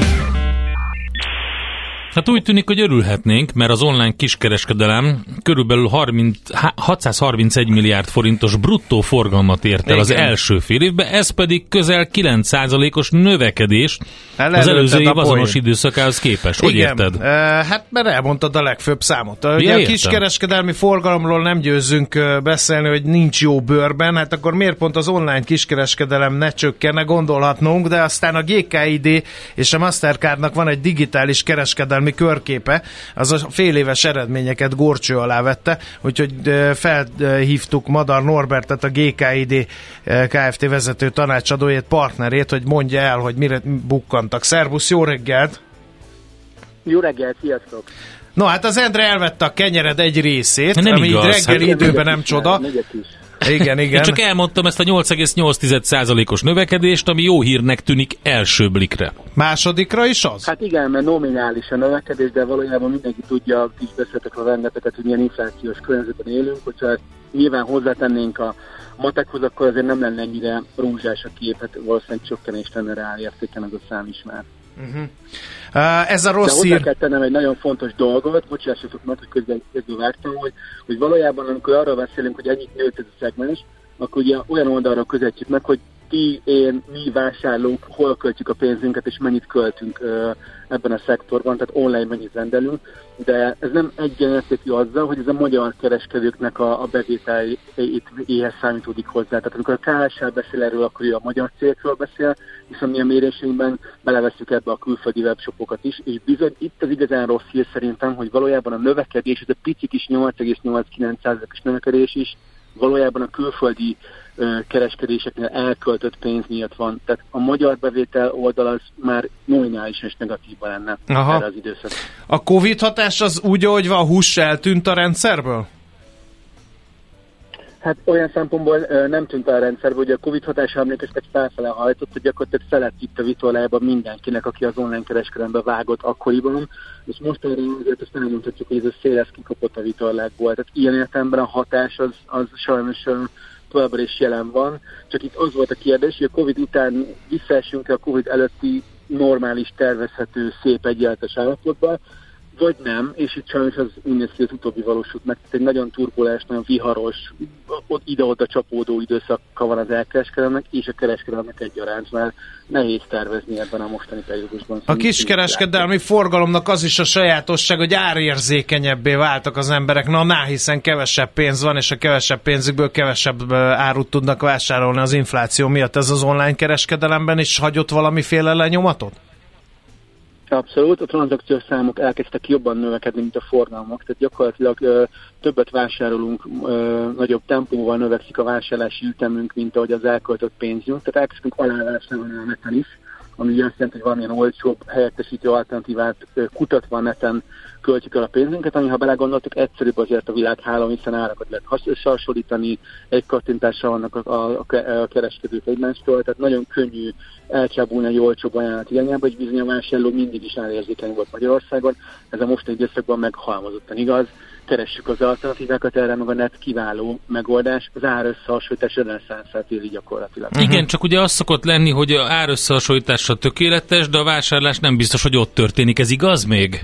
[SPEAKER 6] Hát úgy tűnik, hogy örülhetnénk, mert az online kiskereskedelem körülbelül 631 milliárd forintos bruttó forgalmat ért el az első fél évben, ez pedig közel 9%-os növekedés az előző év azonos időszakához képest. Hogy érted?
[SPEAKER 7] Hát mert elmondtad a legfőbb számot. Ugye a kiskereskedelmi forgalomról nem győzzünk beszélni, hogy nincs jó bőrben, hát akkor miért pont az online kiskereskedelem ne csökkenne, gondolhatnunk, de aztán a GKID és a Mastercardnak van egy digitális kereskedelmi körképe, az a fél éves eredményeket górcső alá vette, úgyhogy felhívtuk Madar Norbertet, a GKID Kft. Vezető tanácsadóját, partnerét, hogy mondja el, hogy mire bukkantak. Szervusz, jó reggelt!
[SPEAKER 10] Jó reggelt, sziasztok!
[SPEAKER 7] No, hát az Endre elvette a kenyered egy részét,
[SPEAKER 6] nem
[SPEAKER 7] ami
[SPEAKER 6] igaz,
[SPEAKER 7] így reggeli időben nem csoda. Igen.
[SPEAKER 6] Én csak elmondtam ezt a 8,8%-os növekedést, ami jó hírnek tűnik első blikre.
[SPEAKER 7] Másodikra is az?
[SPEAKER 10] Hát igen, mert nominális a növekedés, de valójában mindenki tudja, kis beszéltek rengeteket, hogy milyen inflációs környezetben élünk, hogyha nyilván hozzátennénk a matekhoz, akkor azért nem lenne ennyire rózsás a kép, hát valószínűleg csökkenést lenne reál értéken az a szám is már.
[SPEAKER 7] Ez a rossz
[SPEAKER 10] hír. De hozzá kell tennem egy nagyon fontos dolgot, bocsássatok meg, hogy közben vártam, hogy valójában amikor arról beszélünk, hogy ennyit nőtt ez a szegmens, akkor ugye olyan oldalra közelítjük meg, hogy mi vásárlók hol költjük a pénzünket, és mennyit költünk ebben a szektorban, tehát online mennyit rendelünk, de ez nem egyenértékű azzal, hogy ez a magyar kereskedőknek a bevételéhez számítódik hozzá. Tehát amikor a KSH beszél erről, akkor ő a magyar cégről beszél, viszont mi a mérésünkben beleveszünk ebbe a külföldi webshopokat is, és bizony itt az igazán rossz hír szerintem, hogy valójában a növekedés, ez a pici kis 8,8-9%-os növekedés is valójában a külföldi kereskedéseknél elköltött pénz miatt van. Tehát a magyar bevétel oldal az már nominálisan is negatívban lenne erre az időszak.
[SPEAKER 7] A Covid hatás az úgy, ahogy van, a hús eltűnt a rendszerből?
[SPEAKER 10] Hát olyan szempontból nem tűnt a rendszerből, hogy a Covid hatása emlékeztek felfele hajtott, hogy gyakorlatilag szelet itt a vitorlájában mindenkinek, aki az online kereskedelembe vágott akkoriban, és most arra azért azt elmondhatjuk, hogy ez a szél kikapott a vitorlákból. Tehát ilyen értelemben a hatás az sajnos továbbra is jelen van, csak itt az volt a kérdés, hogy a Covid után visszaesünk-e a Covid előtti normális, tervezhető, szép egyenletes állapotba, vagy nem, és itt sajnos az úgy néz ki, az utóbbi valósult meg. Egy nagyon turbulens, nagyon viharos, ide-oda csapódó időszaka van az elkereskedelmek, és a kereskedelmek egyaránt, mert nehéz tervezni ebben a mostani periódusban.
[SPEAKER 7] A kiskereskedelmi forgalomnak az is a sajátosság, hogy árérzékenyebbé váltak az emberek, hiszen kevesebb pénz van, és a kevesebb pénzükből kevesebb árut tudnak vásárolni az infláció miatt. Ez az online kereskedelemben is hagyott valamiféle lenyomatot?
[SPEAKER 10] Abszolút, a tranzakciós számok elkezdtek jobban növekedni, mint a forgalmak, tehát gyakorlatilag többet vásárolunk, nagyobb tempóval növekszik a vásárlási ütemünk, mint ahogy az elköltött pénzünk, tehát elkezdtünk alávásárolni a neten is, ami azt jelenti, hogy valamilyen olcsóbb helyettesítő alternatívát kutatva a neten költjük el a pénzünket, ami ha belegondoltuk, egyszerűbb azért a világhálón, hiszen árakat lehet hasonlítani, egy kattintással vannak a kereskedők egymástól, tehát nagyon könnyű elcsábulni egy olcsóbb ajánlat irányába, hogy bizony a vásárló mindig is árérzékeny volt Magyarországon, ez a mostani időszakban meghalmozottan igaz. Keressük az alternatívákat, erre meg a net kiváló megoldás, az árösszehasonlítás reneszánszát éli gyakorlatilag.
[SPEAKER 6] Igen, csak ugye az szokott lenni, hogy a árösszehasonlítása tökéletes, de a vásárlás nem biztos, hogy ott történik. Ez igaz még?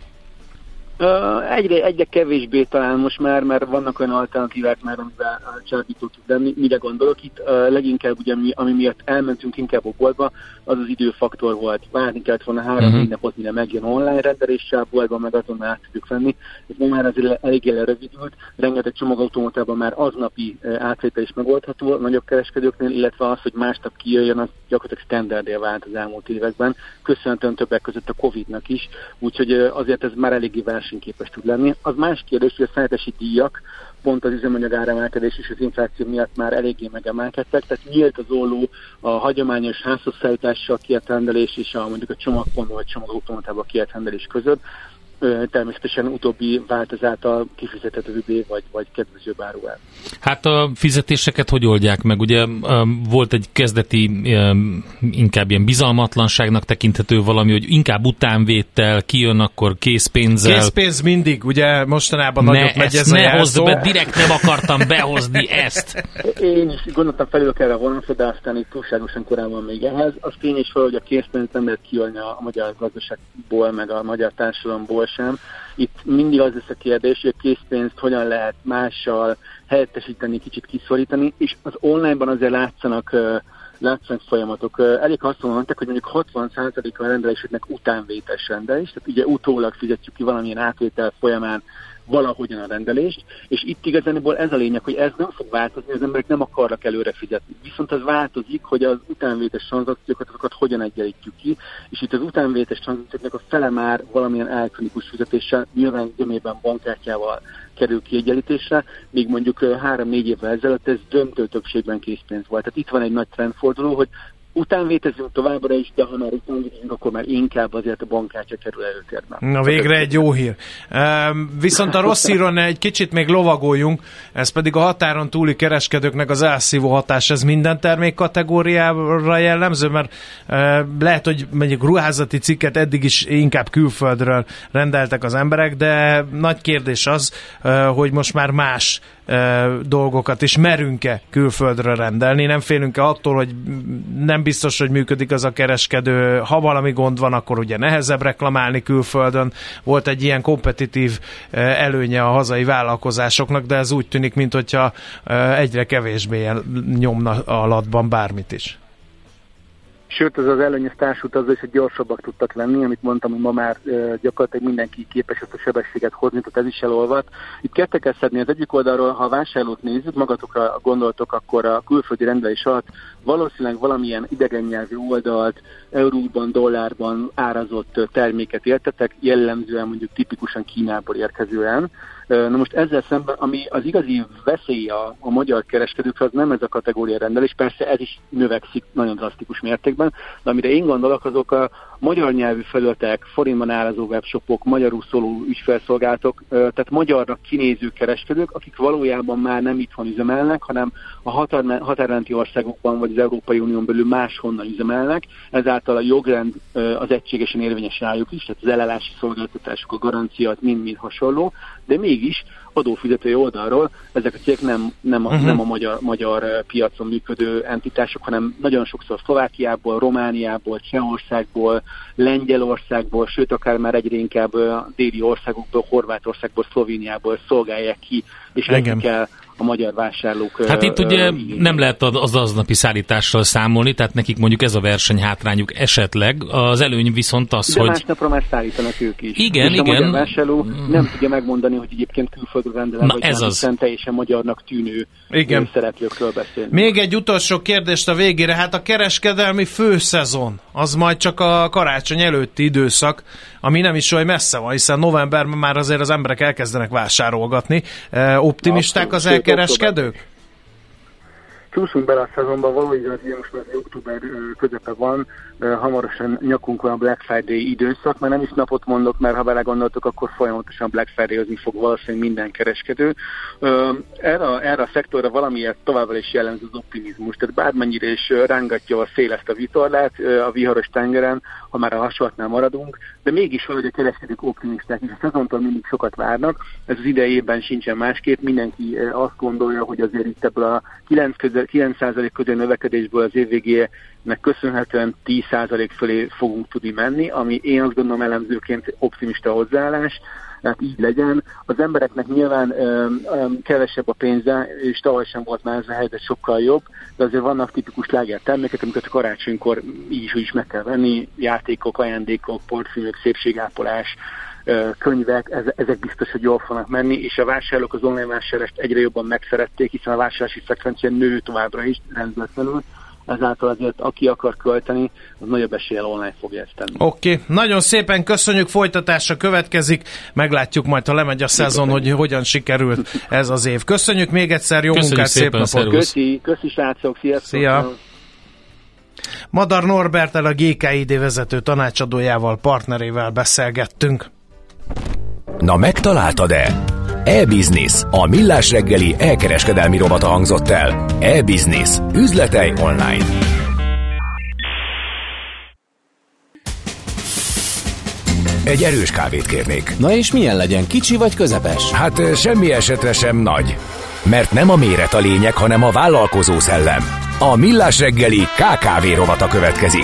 [SPEAKER 10] Egyre kevésbé talán most már, mert vannak olyan alternatívák már, amivel csábító tud lenni. Mire gondolok itt? Leginkább ugye, ami miatt elmentünk inkább a boltba, az az időfaktor volt. Várni kellett volna 3-4 napot, mire megjön online rendeléssel a boltban, meg azonnal át tudjuk venni. Ez ma már azért eléggé lerövidült. Rengeteg csomagautomatában már aznapi átvétel is megoldható a nagyobb kereskedőknél, illetve az, hogy másnap kijöjjön, az gyakorlatilag standardé vált az elmúlt években. Köszönhetően többek között a Covid-nak is, úgyhogy azért ez már eléggé versenyképes tud lenni. Az más kérdés, hogy a szállítási díjak, pont az üzemanyag áremelkedés és az infláció miatt már eléggé megemelkedtek, tehát nyílt az olló a hagyományos házhozszállítással kiért rendelés és mondjuk a csomagpont vagy csomagautomatában kiért rendelés között. Természetesen utóbbi változáltal kifizethetőbbé vagy kedvezőbb árul.
[SPEAKER 6] Hát a fizetéseket hogy oldják meg? Ugye volt egy kezdeti inkább ilyen bizalmatlanságnak tekinthető valami, hogy inkább utánvétel, kijön akkor készpénzzel.
[SPEAKER 7] Készpénz mindig, ugye mostanában nagyobb megy ez a jelszó.
[SPEAKER 6] Ne hozd be, direkt nem akartam behozni ezt.
[SPEAKER 10] Én is gondoltam felülök erre vonatra, de aztán itt túlságosan korábban még ehhez. Az tény is fel, hogy a készpénzt nem lehet kijönni a magyar gazdaságból, meg a magyar társadalomból sem. Itt mindig az lesz a kérdés, hogy a készpénzt hogyan lehet mással helyettesíteni, kicsit kiszorítani, és az online-ban azért látszanak folyamatok. Elég azt mondták, hogy mondjuk 60%-a a rendeléseknek utánvétes rendelés, tehát ugye utólag fizetjük ki valamilyen átvétel folyamán valahogyan a rendelést, és itt igazából ez a lényeg, hogy ez nem fog változni, az emberek nem akarnak előre fizetni. Viszont az változik, hogy az utánvétes tranzakciókat azokat hogyan egyenlítjük ki, és itt az utánvétes tranzakcióknak a fele már valamilyen elektronikus fizetéssel, nyilván gömében bankkártyával kerül kiegyenlítésre, még mondjuk 3-4 évvel ezelőtt ez döntő többségben készpénz volt. Tehát itt van egy nagy trendforduló, hogy utánvétezünk továbbra is, de ha már utánvétezünk, akkor már inkább azért a bankkártya kerül előtérbe.
[SPEAKER 7] Na végre egy jó hír. Viszont a rossz híron egy kicsit még lovagoljunk, ez pedig a határon túli kereskedőknek az elszívó hatás. Ez minden termék kategóriára jellemző, mert lehet, hogy mondjuk ruházati cikket eddig is inkább külföldről rendeltek az emberek, de nagy kérdés az, hogy most már más dolgokat is merünk-e külföldről rendelni. Nem félünk-e attól, hogy nem biztos, hogy működik az a kereskedő, ha valami gond van, akkor ugye nehezebb reklamálni külföldön. Volt egy ilyen kompetitív előnye a hazai vállalkozásoknak, de ez úgy tűnik, mintha egyre kevésbé nyomna alatban bármit is.
[SPEAKER 10] Sőt, ez az előnyös társutazó is, hogy gyorsabbak tudtak lenni, amit mondtam, hogy ma már gyakorlatilag mindenki képes ezt a sebességet hozni, tehát ez is elolvadt. Itt kettek kell szedni az egyik oldalról, ha a vásárlót nézzük, magatokra gondoltok, akkor a külföldi rendelés alatt valószínűleg valamilyen idegen nyelvű oldalt, euróban, dollárban árazott terméket értetek, jellemzően mondjuk tipikusan Kínából érkezően. Na most ezzel szemben, ami az igazi veszély a magyar kereskedőkre, az nem ez a kategória rendelés, persze ez is növekszik nagyon drasztikus mértékben, de amire én gondolok, azok a magyar nyelvű felületek, forintban árazó webshopok, magyarul szóló ügyfélszolgálatok, tehát magyarnak kinéző kereskedők, akik valójában már nem itthon üzemelnek, hanem a határmenti országokban vagy az Európai Unión belül máshonnan üzemelnek, ezáltal a jogrend az egységesen érvényes rájuk is, tehát az elállási szolgáltatások, a garancia, mind-mind hasonló, de mégis adófizetői oldalról ezek a cégek nem a magyar piacon működő entitások, hanem nagyon sokszor Szlovákiából, Romániából, Csehországból, Lengyelországból, sőt akár már egyre inkább déli országokból, Horvátországból, Szlovéniából szolgálják ki, és veszik el a magyar vásárlók.
[SPEAKER 6] Hát itt ugye nem lehet az aznapi szállítással számolni, tehát nekik mondjuk ez a versenyhátrányuk esetleg. Az előny viszont az,
[SPEAKER 10] de
[SPEAKER 6] hogy...
[SPEAKER 10] másnapra már szállítanak ők is.
[SPEAKER 6] Igen,
[SPEAKER 10] és
[SPEAKER 6] igen.
[SPEAKER 10] a magyar vásárló nem tudja megmondani, hogy egyébként külföldről rendelem, vagy
[SPEAKER 6] ez
[SPEAKER 10] hiszen teljesen magyarnak tűnő szereplőkről beszélni.
[SPEAKER 7] Még egy utolsó kérdést a végére. Hát a kereskedelmi főszezon, az majd csak a karácsony előtti időszak, ami nem is olyan messze van, hiszen novemberben már azért az emberek elkezdenek vásárolgatni. Optimisták az elkereskedők?
[SPEAKER 10] Csúszunk bele a szezonban, valójában most már október közepe van, hamarosan nyakunk van a Black Friday időszak, mert nem is napot mondok, mert ha belegondoltok, akkor folyamatosan Black Friday-ozni fog valószínűleg minden kereskedő. Erre a szektorra valamiért továbbra is jellemző az optimizmus, tehát bármennyire is rángatja a szél ezt a vitorlát a viharos tengeren, ha már a hasonlatnál maradunk, de mégis valahogy a kereskedők optimisták, és a szezontól mindig sokat várnak. Ez az idejében sincsen másképp, mindenki azt gondolja, hogy azért itt ebből a 9% közé növekedésből az év végének köszönhetően 10% fölé fogunk tudni menni, ami én azt gondolom elemzőként optimista hozzáállás, tehát így legyen. Az embereknek nyilván kevesebb a pénze, és tavaly sem volt már ez a helyzet sokkal jobb, de azért vannak tipikus sláger termékek, amiket a karácsonykor így is meg kell venni, játékok, ajándékok, portfőnök, szépségápolás, könyvek, ezek biztos, hogy jól fognak menni, és a vásárlók az online vásárlást egyre jobban megszerették, hiszen a vásárlási frekvencia nő továbbra is rendületlenül, ezáltal azért aki akar költeni, az nagyobb eséllyel online fogja ezt tenni.
[SPEAKER 7] Oké. Nagyon szépen köszönjük, folytatása következik, meglátjuk majd, ha lemegy a szezon, hogy hogyan sikerült ez az év. Köszönjük még egyszer, jó
[SPEAKER 6] köszönjük
[SPEAKER 7] munkát,
[SPEAKER 6] szépen,
[SPEAKER 7] szép napot!
[SPEAKER 10] Köszi srácok, sziasztok!
[SPEAKER 7] Szia! Madar Norberttel, a GKID vezető tanácsadójával, partnerével beszélgettünk.
[SPEAKER 1] Na megtaláltad-e? E-Business, a millás reggeli elkereskedelmi rovata hangzott el. E-Business, üzletei online. Egy erős kávét kérnék.
[SPEAKER 2] Na és milyen legyen, kicsi vagy közepes?
[SPEAKER 1] Hát semmi esetre sem nagy. Mert nem a méret a lényeg, hanem a vállalkozó szellem. A millás reggeli KKV rovata következik.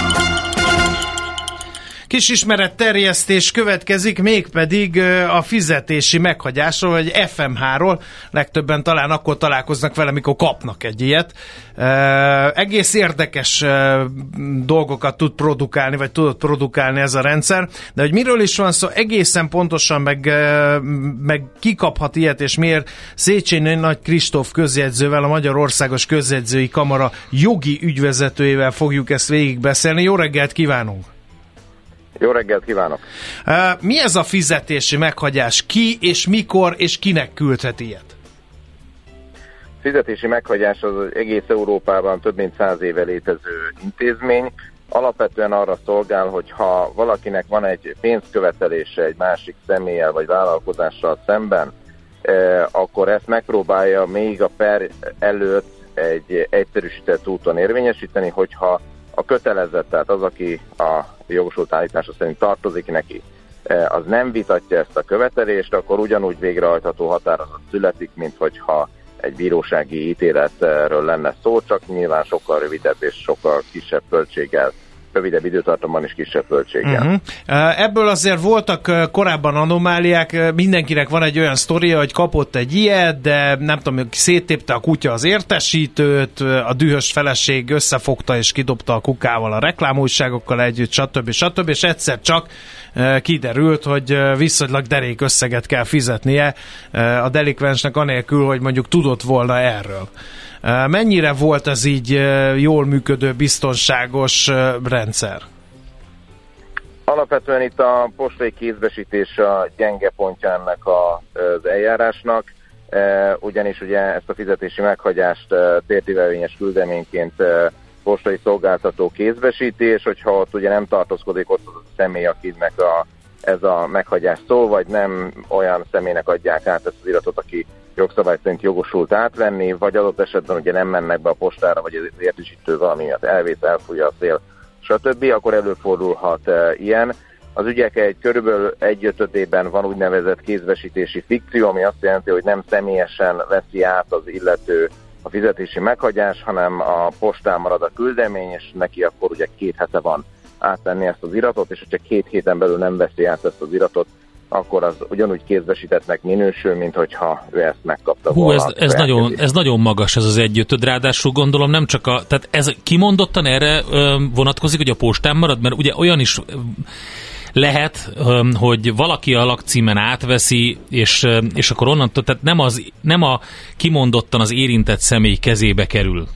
[SPEAKER 7] Kis ismeretterjesztés következik, mégpedig a fizetési meghagyásról, vagy FMH-ról. Legtöbben talán akkor találkoznak vele, amikor kapnak egy ilyet. Egész érdekes dolgokat tud produkálni, vagy tudott produkálni ez a rendszer, de hogy miről is van szó, egészen pontosan meg kikaphat ilyet, és miért Széchenyi Nagy Kristóf közjegyzővel, a Magyarországos Közjegyzői Kamara jogi ügyvezetőjével fogjuk ezt végigbeszélni. Jó reggelt kívánunk!
[SPEAKER 11] Jó reggelt kívánok!
[SPEAKER 7] Mi ez a fizetési meghagyás? Ki és mikor és kinek küldhet ilyet?
[SPEAKER 11] Fizetési meghagyás az egész Európában több mint 100 éve létező intézmény. Alapvetően arra szolgál, hogy ha valakinek van egy pénzkövetelése egy másik személlyel vagy vállalkozással szemben, akkor ezt megpróbálja még a per előtt egy egyszerűsített úton érvényesíteni, hogyha a kötelezett, tehát az, aki a jogosult állítása szerint tartozik neki, az nem vitatja ezt a követelést, akkor ugyanúgy végrehajtható határozat születik, mint hogyha egy bírósági ítéletről lenne szó, csak nyilván sokkal rövidebb és sokkal kisebb költséggel, rövidebb időtartamban is kisebb költséggel.
[SPEAKER 7] Ebből azért voltak korábban anomáliák, mindenkinek van egy olyan sztoria, hogy kapott egy ilyet, de nem tudom, széttépte a kutya az értesítőt, a dühös feleség összefogta és kidobta a kukával a reklámújságokkal együtt, stb. És egyszer csak kiderült, hogy viszonylag derék összeget kell fizetnie a delikvensnek anélkül, hogy mondjuk tudott volna erről. Mennyire volt ez így jól működő, biztonságos rendszer?
[SPEAKER 11] Alapvetően itt a postai kézbesítés a gyenge pontja ennek az eljárásnak, ugyanis ugye ezt a fizetési meghagyást térdivelvényes küldeményként postai szolgáltató kézbesíti, és hogyha ott ugye nem tartózkodik ott az a személy, akinek ez a meghagyás szól, vagy nem olyan személynek adják át ezt az iratot, aki jogszabály szerint jogosult átvenni, vagy adott esetben ugye nem mennek be a postára, vagy az értesítő valami miatt elvész, elfújja a szél, stb., akkor előfordulhat ilyen. Az ügyek körülbelül 1/5-ében van úgynevezett kézbesítési fikció, ami azt jelenti, hogy nem személyesen veszi át az illető a fizetési meghagyás, hanem a postán marad a küldemény, és neki akkor ugye 2 hete van átvenni ezt az iratot, és hogyha 2 héten belül nem veszi át ezt az iratot, akkor az ugyanúgy kézbesítettnek minősül, mint hogyha ő ezt megkapta volna.
[SPEAKER 6] Ez nagyon magas ez az 1/5, ráadásul gondolom nem csak tehát ez kimondottan erre vonatkozik, hogy a postán marad, mert ugye olyan is lehet, hogy valaki a lakcímen átveszi, és akkor onnantól, tehát nem a kimondottan az érintett személy kezébe kerül.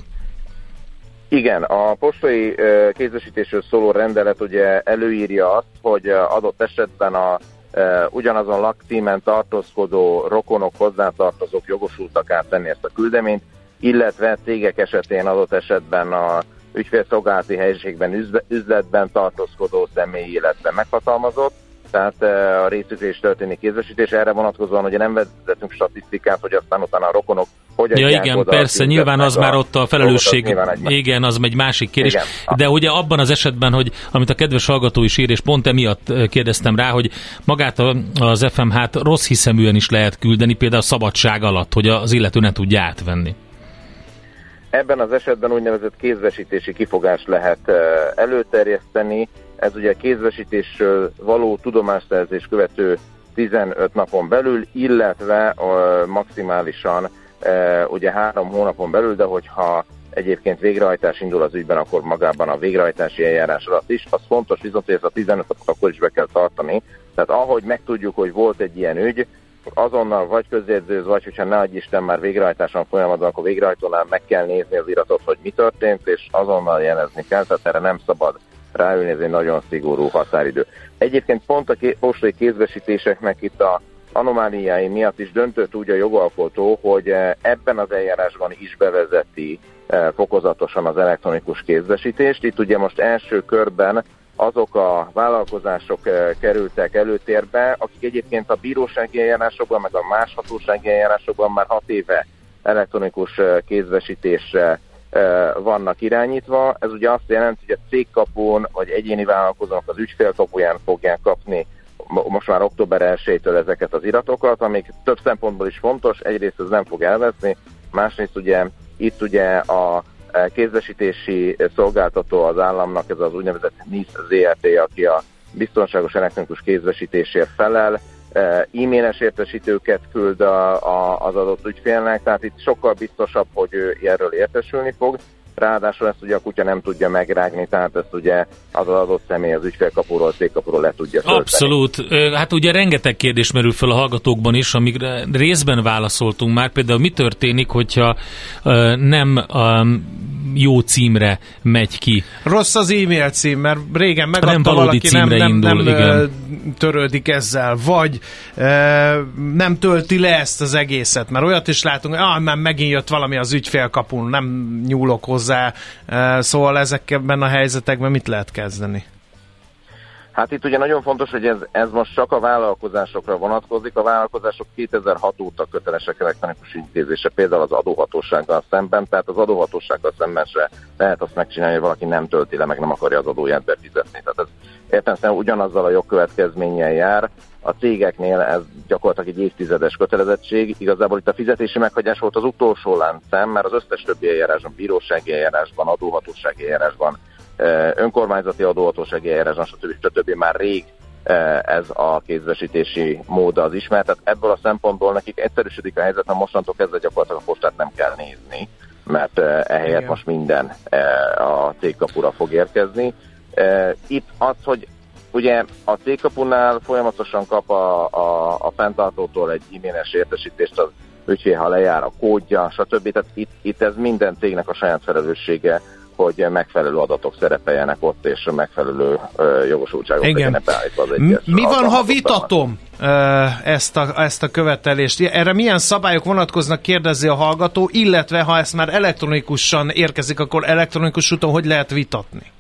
[SPEAKER 11] Igen, a postai kézbesítésről szóló rendelet ugye előírja azt, hogy adott esetben ugyanazon lakcímen tartózkodó rokonok, hozzátartozók jogosultak átvenni ezt a küldeményt, illetve cégek esetén adott esetben a ügyfélszolgálati helyiségben, üzletben tartózkodó személy, illetve meghatalmazott, tehát a részükre is történik kézbesítés. Erre vonatkozóan ugye nem vezetünk statisztikát, hogy aztán utána a rokonok hogy adják
[SPEAKER 6] igen,
[SPEAKER 11] oda.
[SPEAKER 6] Persze, nyilván az már ott a felelősség, igen, az egy másik kérdés. Igen. De ugye abban az esetben, hogy amit a kedves hallgató is ír, és pont emiatt kérdeztem rá, hogy magát az FMH-t rossz hiszeműen is lehet küldeni, például szabadság alatt, hogy az illető ne tudja átvenni.
[SPEAKER 11] Ebben az esetben úgynevezett kézbesítési kifogást lehet előterjeszteni. Ez ugye kézbesítésről való tudomásszerzés követő 15 napon belül, illetve maximálisan ugye 3 hónapon belül, de hogyha egyébként végrehajtás indul az ügyben, akkor magában a végrehajtási eljárás alatt is. Az fontos viszont, hogy ezt a 15 napot akkor is be kell tartani. Tehát ahogy megtudjuk, hogy volt egy ilyen ügy, azonnal vagy közjegyzőz, vagy hogyha ne adj Isten már végrehajtáson folyamatban, akkor végrehajtónál meg kell nézni az iratot, hogy mi történt, és azonnal jelezni kell, tehát erre nem szabad ráülni, ez egy nagyon szigorú határidő. Egyébként pont a postai kézbesítéseknek itt a anomáliái miatt is döntött úgy a jogalkotó, hogy ebben az eljárásban is bevezeti fokozatosan az elektronikus kézbesítést. Itt ugye most első körben azok a vállalkozások kerültek előtérbe, akik egyébként a bírósági eljárásokban, meg a más hatósági eljárásokban már 6 éve elektronikus kézbesítésre vannak irányítva. Ez ugye azt jelenti, hogy a cégkapun vagy egyéni vállalkozók az ügyfélkapuján fogják kapni most már október 1-től ezeket az iratokat, amik több szempontból is fontos. Egyrészt ez nem fog elveszni, másrészt ugye itt ugye a kézbesítési szolgáltató az államnak, ez az úgynevezett NISZ ZRT, aki a biztonságos elektronikus kézbesítésért felel, e-mailes értesítőket küld az adott ügyfélnek, tehát itt sokkal biztosabb, hogy ő erről értesülni fog. Ráadásul ezt ugye a kutya nem tudja megrágni, tehát ezt ugye az adott személy az ügyfélkapuról, cégkapuról le tudja tölteni. Abszolút.
[SPEAKER 6] Hát ugye rengeteg kérdés merül fel a hallgatókban is, amikre részben válaszoltunk már. Például mi történik, hogyha nem jó címre megy ki?
[SPEAKER 7] Rossz az e-mail cím, mert régen megadta valaki, nem törődik ezzel, vagy nem tölti le ezt az egészet, mert olyat is látunk, hogy már megint jött valami az ügyfélkapun, nem nyúlok hozzá, szóval ezekben a helyzetekben mit lehet kezdeni?
[SPEAKER 11] Hát itt ugye nagyon fontos, hogy ez most csak a vállalkozásokra vonatkozik. A vállalkozások 2006 óta kötelesek elektronikus ügyintézésre, például az adóhatósággal szemben, tehát az adóhatósággal szemben se lehet azt megcsinálni, hogy valaki nem tölti le, meg nem akarja az adóját befizetni. Tehát értelemszerűen ugyanazzal a jogkövetkezménnyel jár. A cégeknél ez gyakorlatilag egy évtizedes kötelezettség. Igazából itt a fizetési meghagyás volt az utolsó láncszem, mert az összes többi eljárásban, bírósági eljárásban, adóhatósági eljárásban, önkormányzati adóhatósági eljárásban, stb. Már rég ez a kézbesítési mód az ismert. Tehát ebből a szempontból nekik egyszerűsödik a helyzet, mert mostantól kezdve gyakorlatilag a postát nem kell nézni, mert ehelyett most minden a cégkapura fog érkezni. Itt az, hogy ugye a cégkapunál folyamatosan kap a fenntartótól egy e-mailes értesítést az ügyfél, ha lejár a kódja, stb. Tehát itt ez minden cégnek a saját felelőssége, hogy megfelelő adatok szerepeljenek ott, és megfelelő jogosultságok legyenek beállítva az egyes.
[SPEAKER 7] Mi van, ha vitatom ezt a követelést? Erre milyen szabályok vonatkoznak, kérdezi a hallgató, illetve ha ezt már elektronikusan érkezik, akkor elektronikus úton hogy lehet vitatni?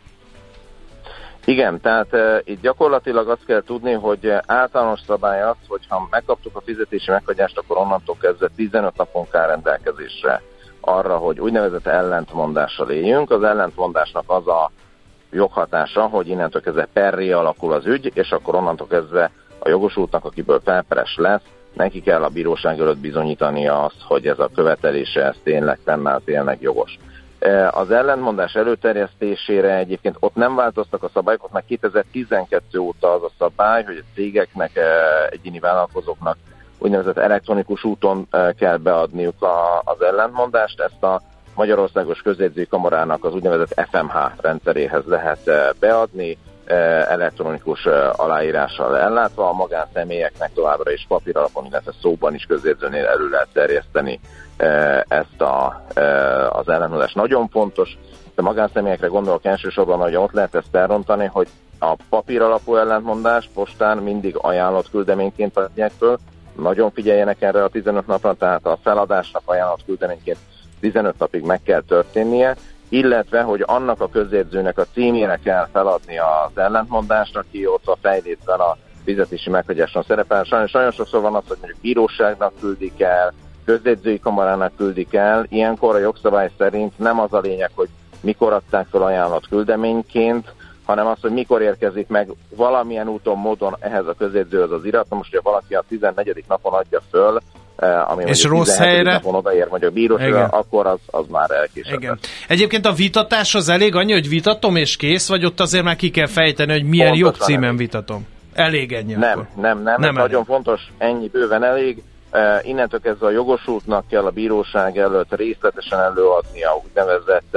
[SPEAKER 11] Igen, tehát itt gyakorlatilag azt kell tudni, hogy általános szabály az, hogy ha megkaptuk a fizetési meghagyást, akkor onnantól kezdve 15 napon kell rendelkezésre arra, hogy úgynevezett ellentmondással éljünk. Az ellentmondásnak az a joghatása, hogy innentől kezdve perré alakul az ügy, és akkor onnantól kezdve a jogosultnak, akiből felperes lesz, neki kell a bíróság előtt bizonyítania azt, hogy ez a követelése, ez tényleg fennáll, tényleg jogos. Az ellentmondás előterjesztésére egyébként ott nem változtak a szabályok, ott már 2012 óta az a szabály, hogy a cégeknek, egyéni vállalkozóknak úgynevezett elektronikus úton kell beadniuk az ellentmondást. Ezt a Magyarországos Közjegyzői Kamarának az úgynevezett FMH rendszeréhez lehet beadni, elektronikus aláírással ellátva, a magánszemélyeknek továbbra is papíralapon, illetve szóban is közjegyzőnél elő lehet terjeszteni ezt az ellentmondást. Nagyon fontos, a magánszemélyekre gondolok elsősorban, hogy ott lehet ezt elrontani, hogy a papíralapú ellentmondást postán mindig ajánlott küldeményként adják föl. Nagyon figyeljenek erre a 15 napra, tehát a feladásnak ajánlott küldeményként 15 napig meg kell történnie, illetve, hogy annak a közjegyzőnek a címére kell feladni az ellentmondást, aki ott a fejlétben a fizetési meghagyáson szerepel. Sajnos nagyon sokszor van az, hogy mondjuk bíróságnak küldik el, közjegyzői kamarának küldik el. Ilyenkor a jogszabály szerint nem az a lényeg, hogy mikor adták fel ajánlott küldeményként, hanem az, hogy mikor érkezik meg valamilyen úton, módon ehhez a közjegyzőhöz az irat. Most, hogyha valaki a 14. napon adja föl, ami és rossz helyre napon odaér mondjuk a bíróságra, akkor az már elkésett.
[SPEAKER 7] Egyébként a vitatás az elég annyi, hogy vitatom és kész, vagy ott azért már ki kell fejteni, hogy milyen jogcímen vitatom? Elég ennyi?
[SPEAKER 11] Nem, nagyon fontos, ennyi bőven elég. Innentől kezdve a jogosultnak kell a bíróság előtt részletesen előadnia úgynevezett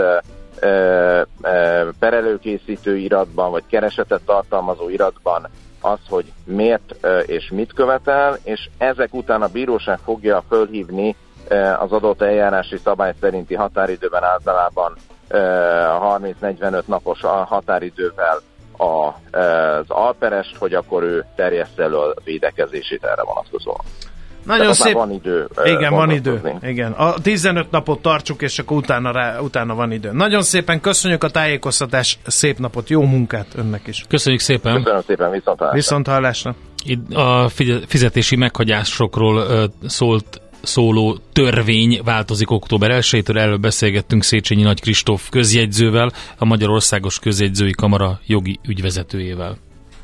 [SPEAKER 11] perelőkészítő iratban, vagy keresetet tartalmazó iratban az, hogy miért és mit követel, és ezek után a bíróság fogja fölhívni az adott eljárási szabály szerinti határidőben, általában 30-45 napos határidővel az alperest, hogy akkor ő terjessze elő a védekezését erre vonatkozóan.
[SPEAKER 7] Nagyon szép.
[SPEAKER 11] Van idő.
[SPEAKER 7] Igen, van idő. Igen. A 15 napot tartsuk, és akkor utána van idő. Nagyon szépen köszönjük a tájékoztatást, szép napot, jó munkát önnek is.
[SPEAKER 6] Köszönjük szépen.
[SPEAKER 11] Köszönöm szépen,
[SPEAKER 7] viszonthallásra.
[SPEAKER 6] Itt a fizetési meghagyásokról szóló törvény változik október 1-től, erről beszélgettünk Széchenyi Nagy Kristóf közjegyzővel, a Magyarországos Közjegyzői Kamara jogi ügyvezetőjével.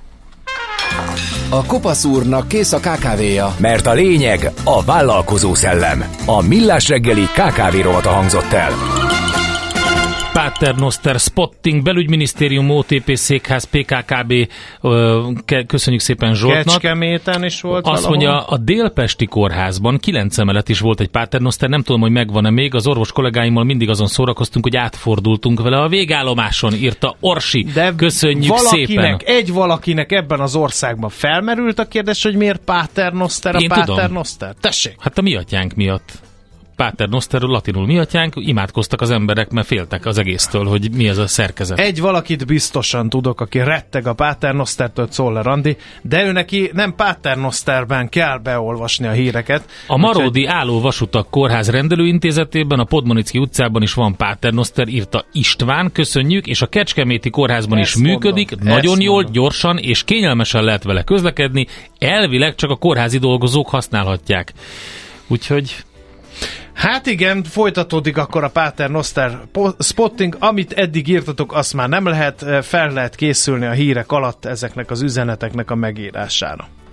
[SPEAKER 2] A Kopasz úrnak kész a KKV-ja.
[SPEAKER 1] Mert a lényeg a vállalkozó szellem. A Millás reggeli KKV rovata hangzott el.
[SPEAKER 6] Paternoster Spotting, Belügyminisztérium, OTP székház, PKKB, köszönjük szépen Zsoltnak.
[SPEAKER 7] Kecskeméten is volt
[SPEAKER 6] azt
[SPEAKER 7] valahol.
[SPEAKER 6] Mondja, a Délpesti kórházban 9 emelet is volt egy Paternoster, nem tudom, hogy megvan-e még, az orvos kollégáimmal mindig azon szórakoztunk, hogy átfordultunk vele a végállomáson, írta Orsi. De köszönjük szépen.
[SPEAKER 7] Valakinek ebben az országban felmerült a kérdés, hogy miért Paternoster a Paternoster? Tessék!
[SPEAKER 6] Hát a mi atyánk miatt. Paternoster, latinul mi atyánk, imádkoztak az emberek, mert féltek az egésztől, hogy mi ez a szerkezet.
[SPEAKER 7] Egy valakit biztosan tudok, aki retteg a Paternostertől, Czoller Andi, de ő neki nem Paternosterben kell beolvasni a híreket.
[SPEAKER 6] A Marodi Álló Vasutak Kórház rendelőintézetében, a Podmanicki utcában is van Paternoster, írta István, köszönjük, és a Kecskeméti Kórházban is működik, nagyon jól, gyorsan és kényelmesen lehet vele közlekedni, elvileg csak a kórházi dolgozók használhatják. Úgyhogy
[SPEAKER 7] Hát igen, folytatódik akkor a Pater Noster spotting, amit eddig írtatok, azt már nem lehet, fel lehet készülni a hírek alatt ezeknek az üzeneteknek a megírására.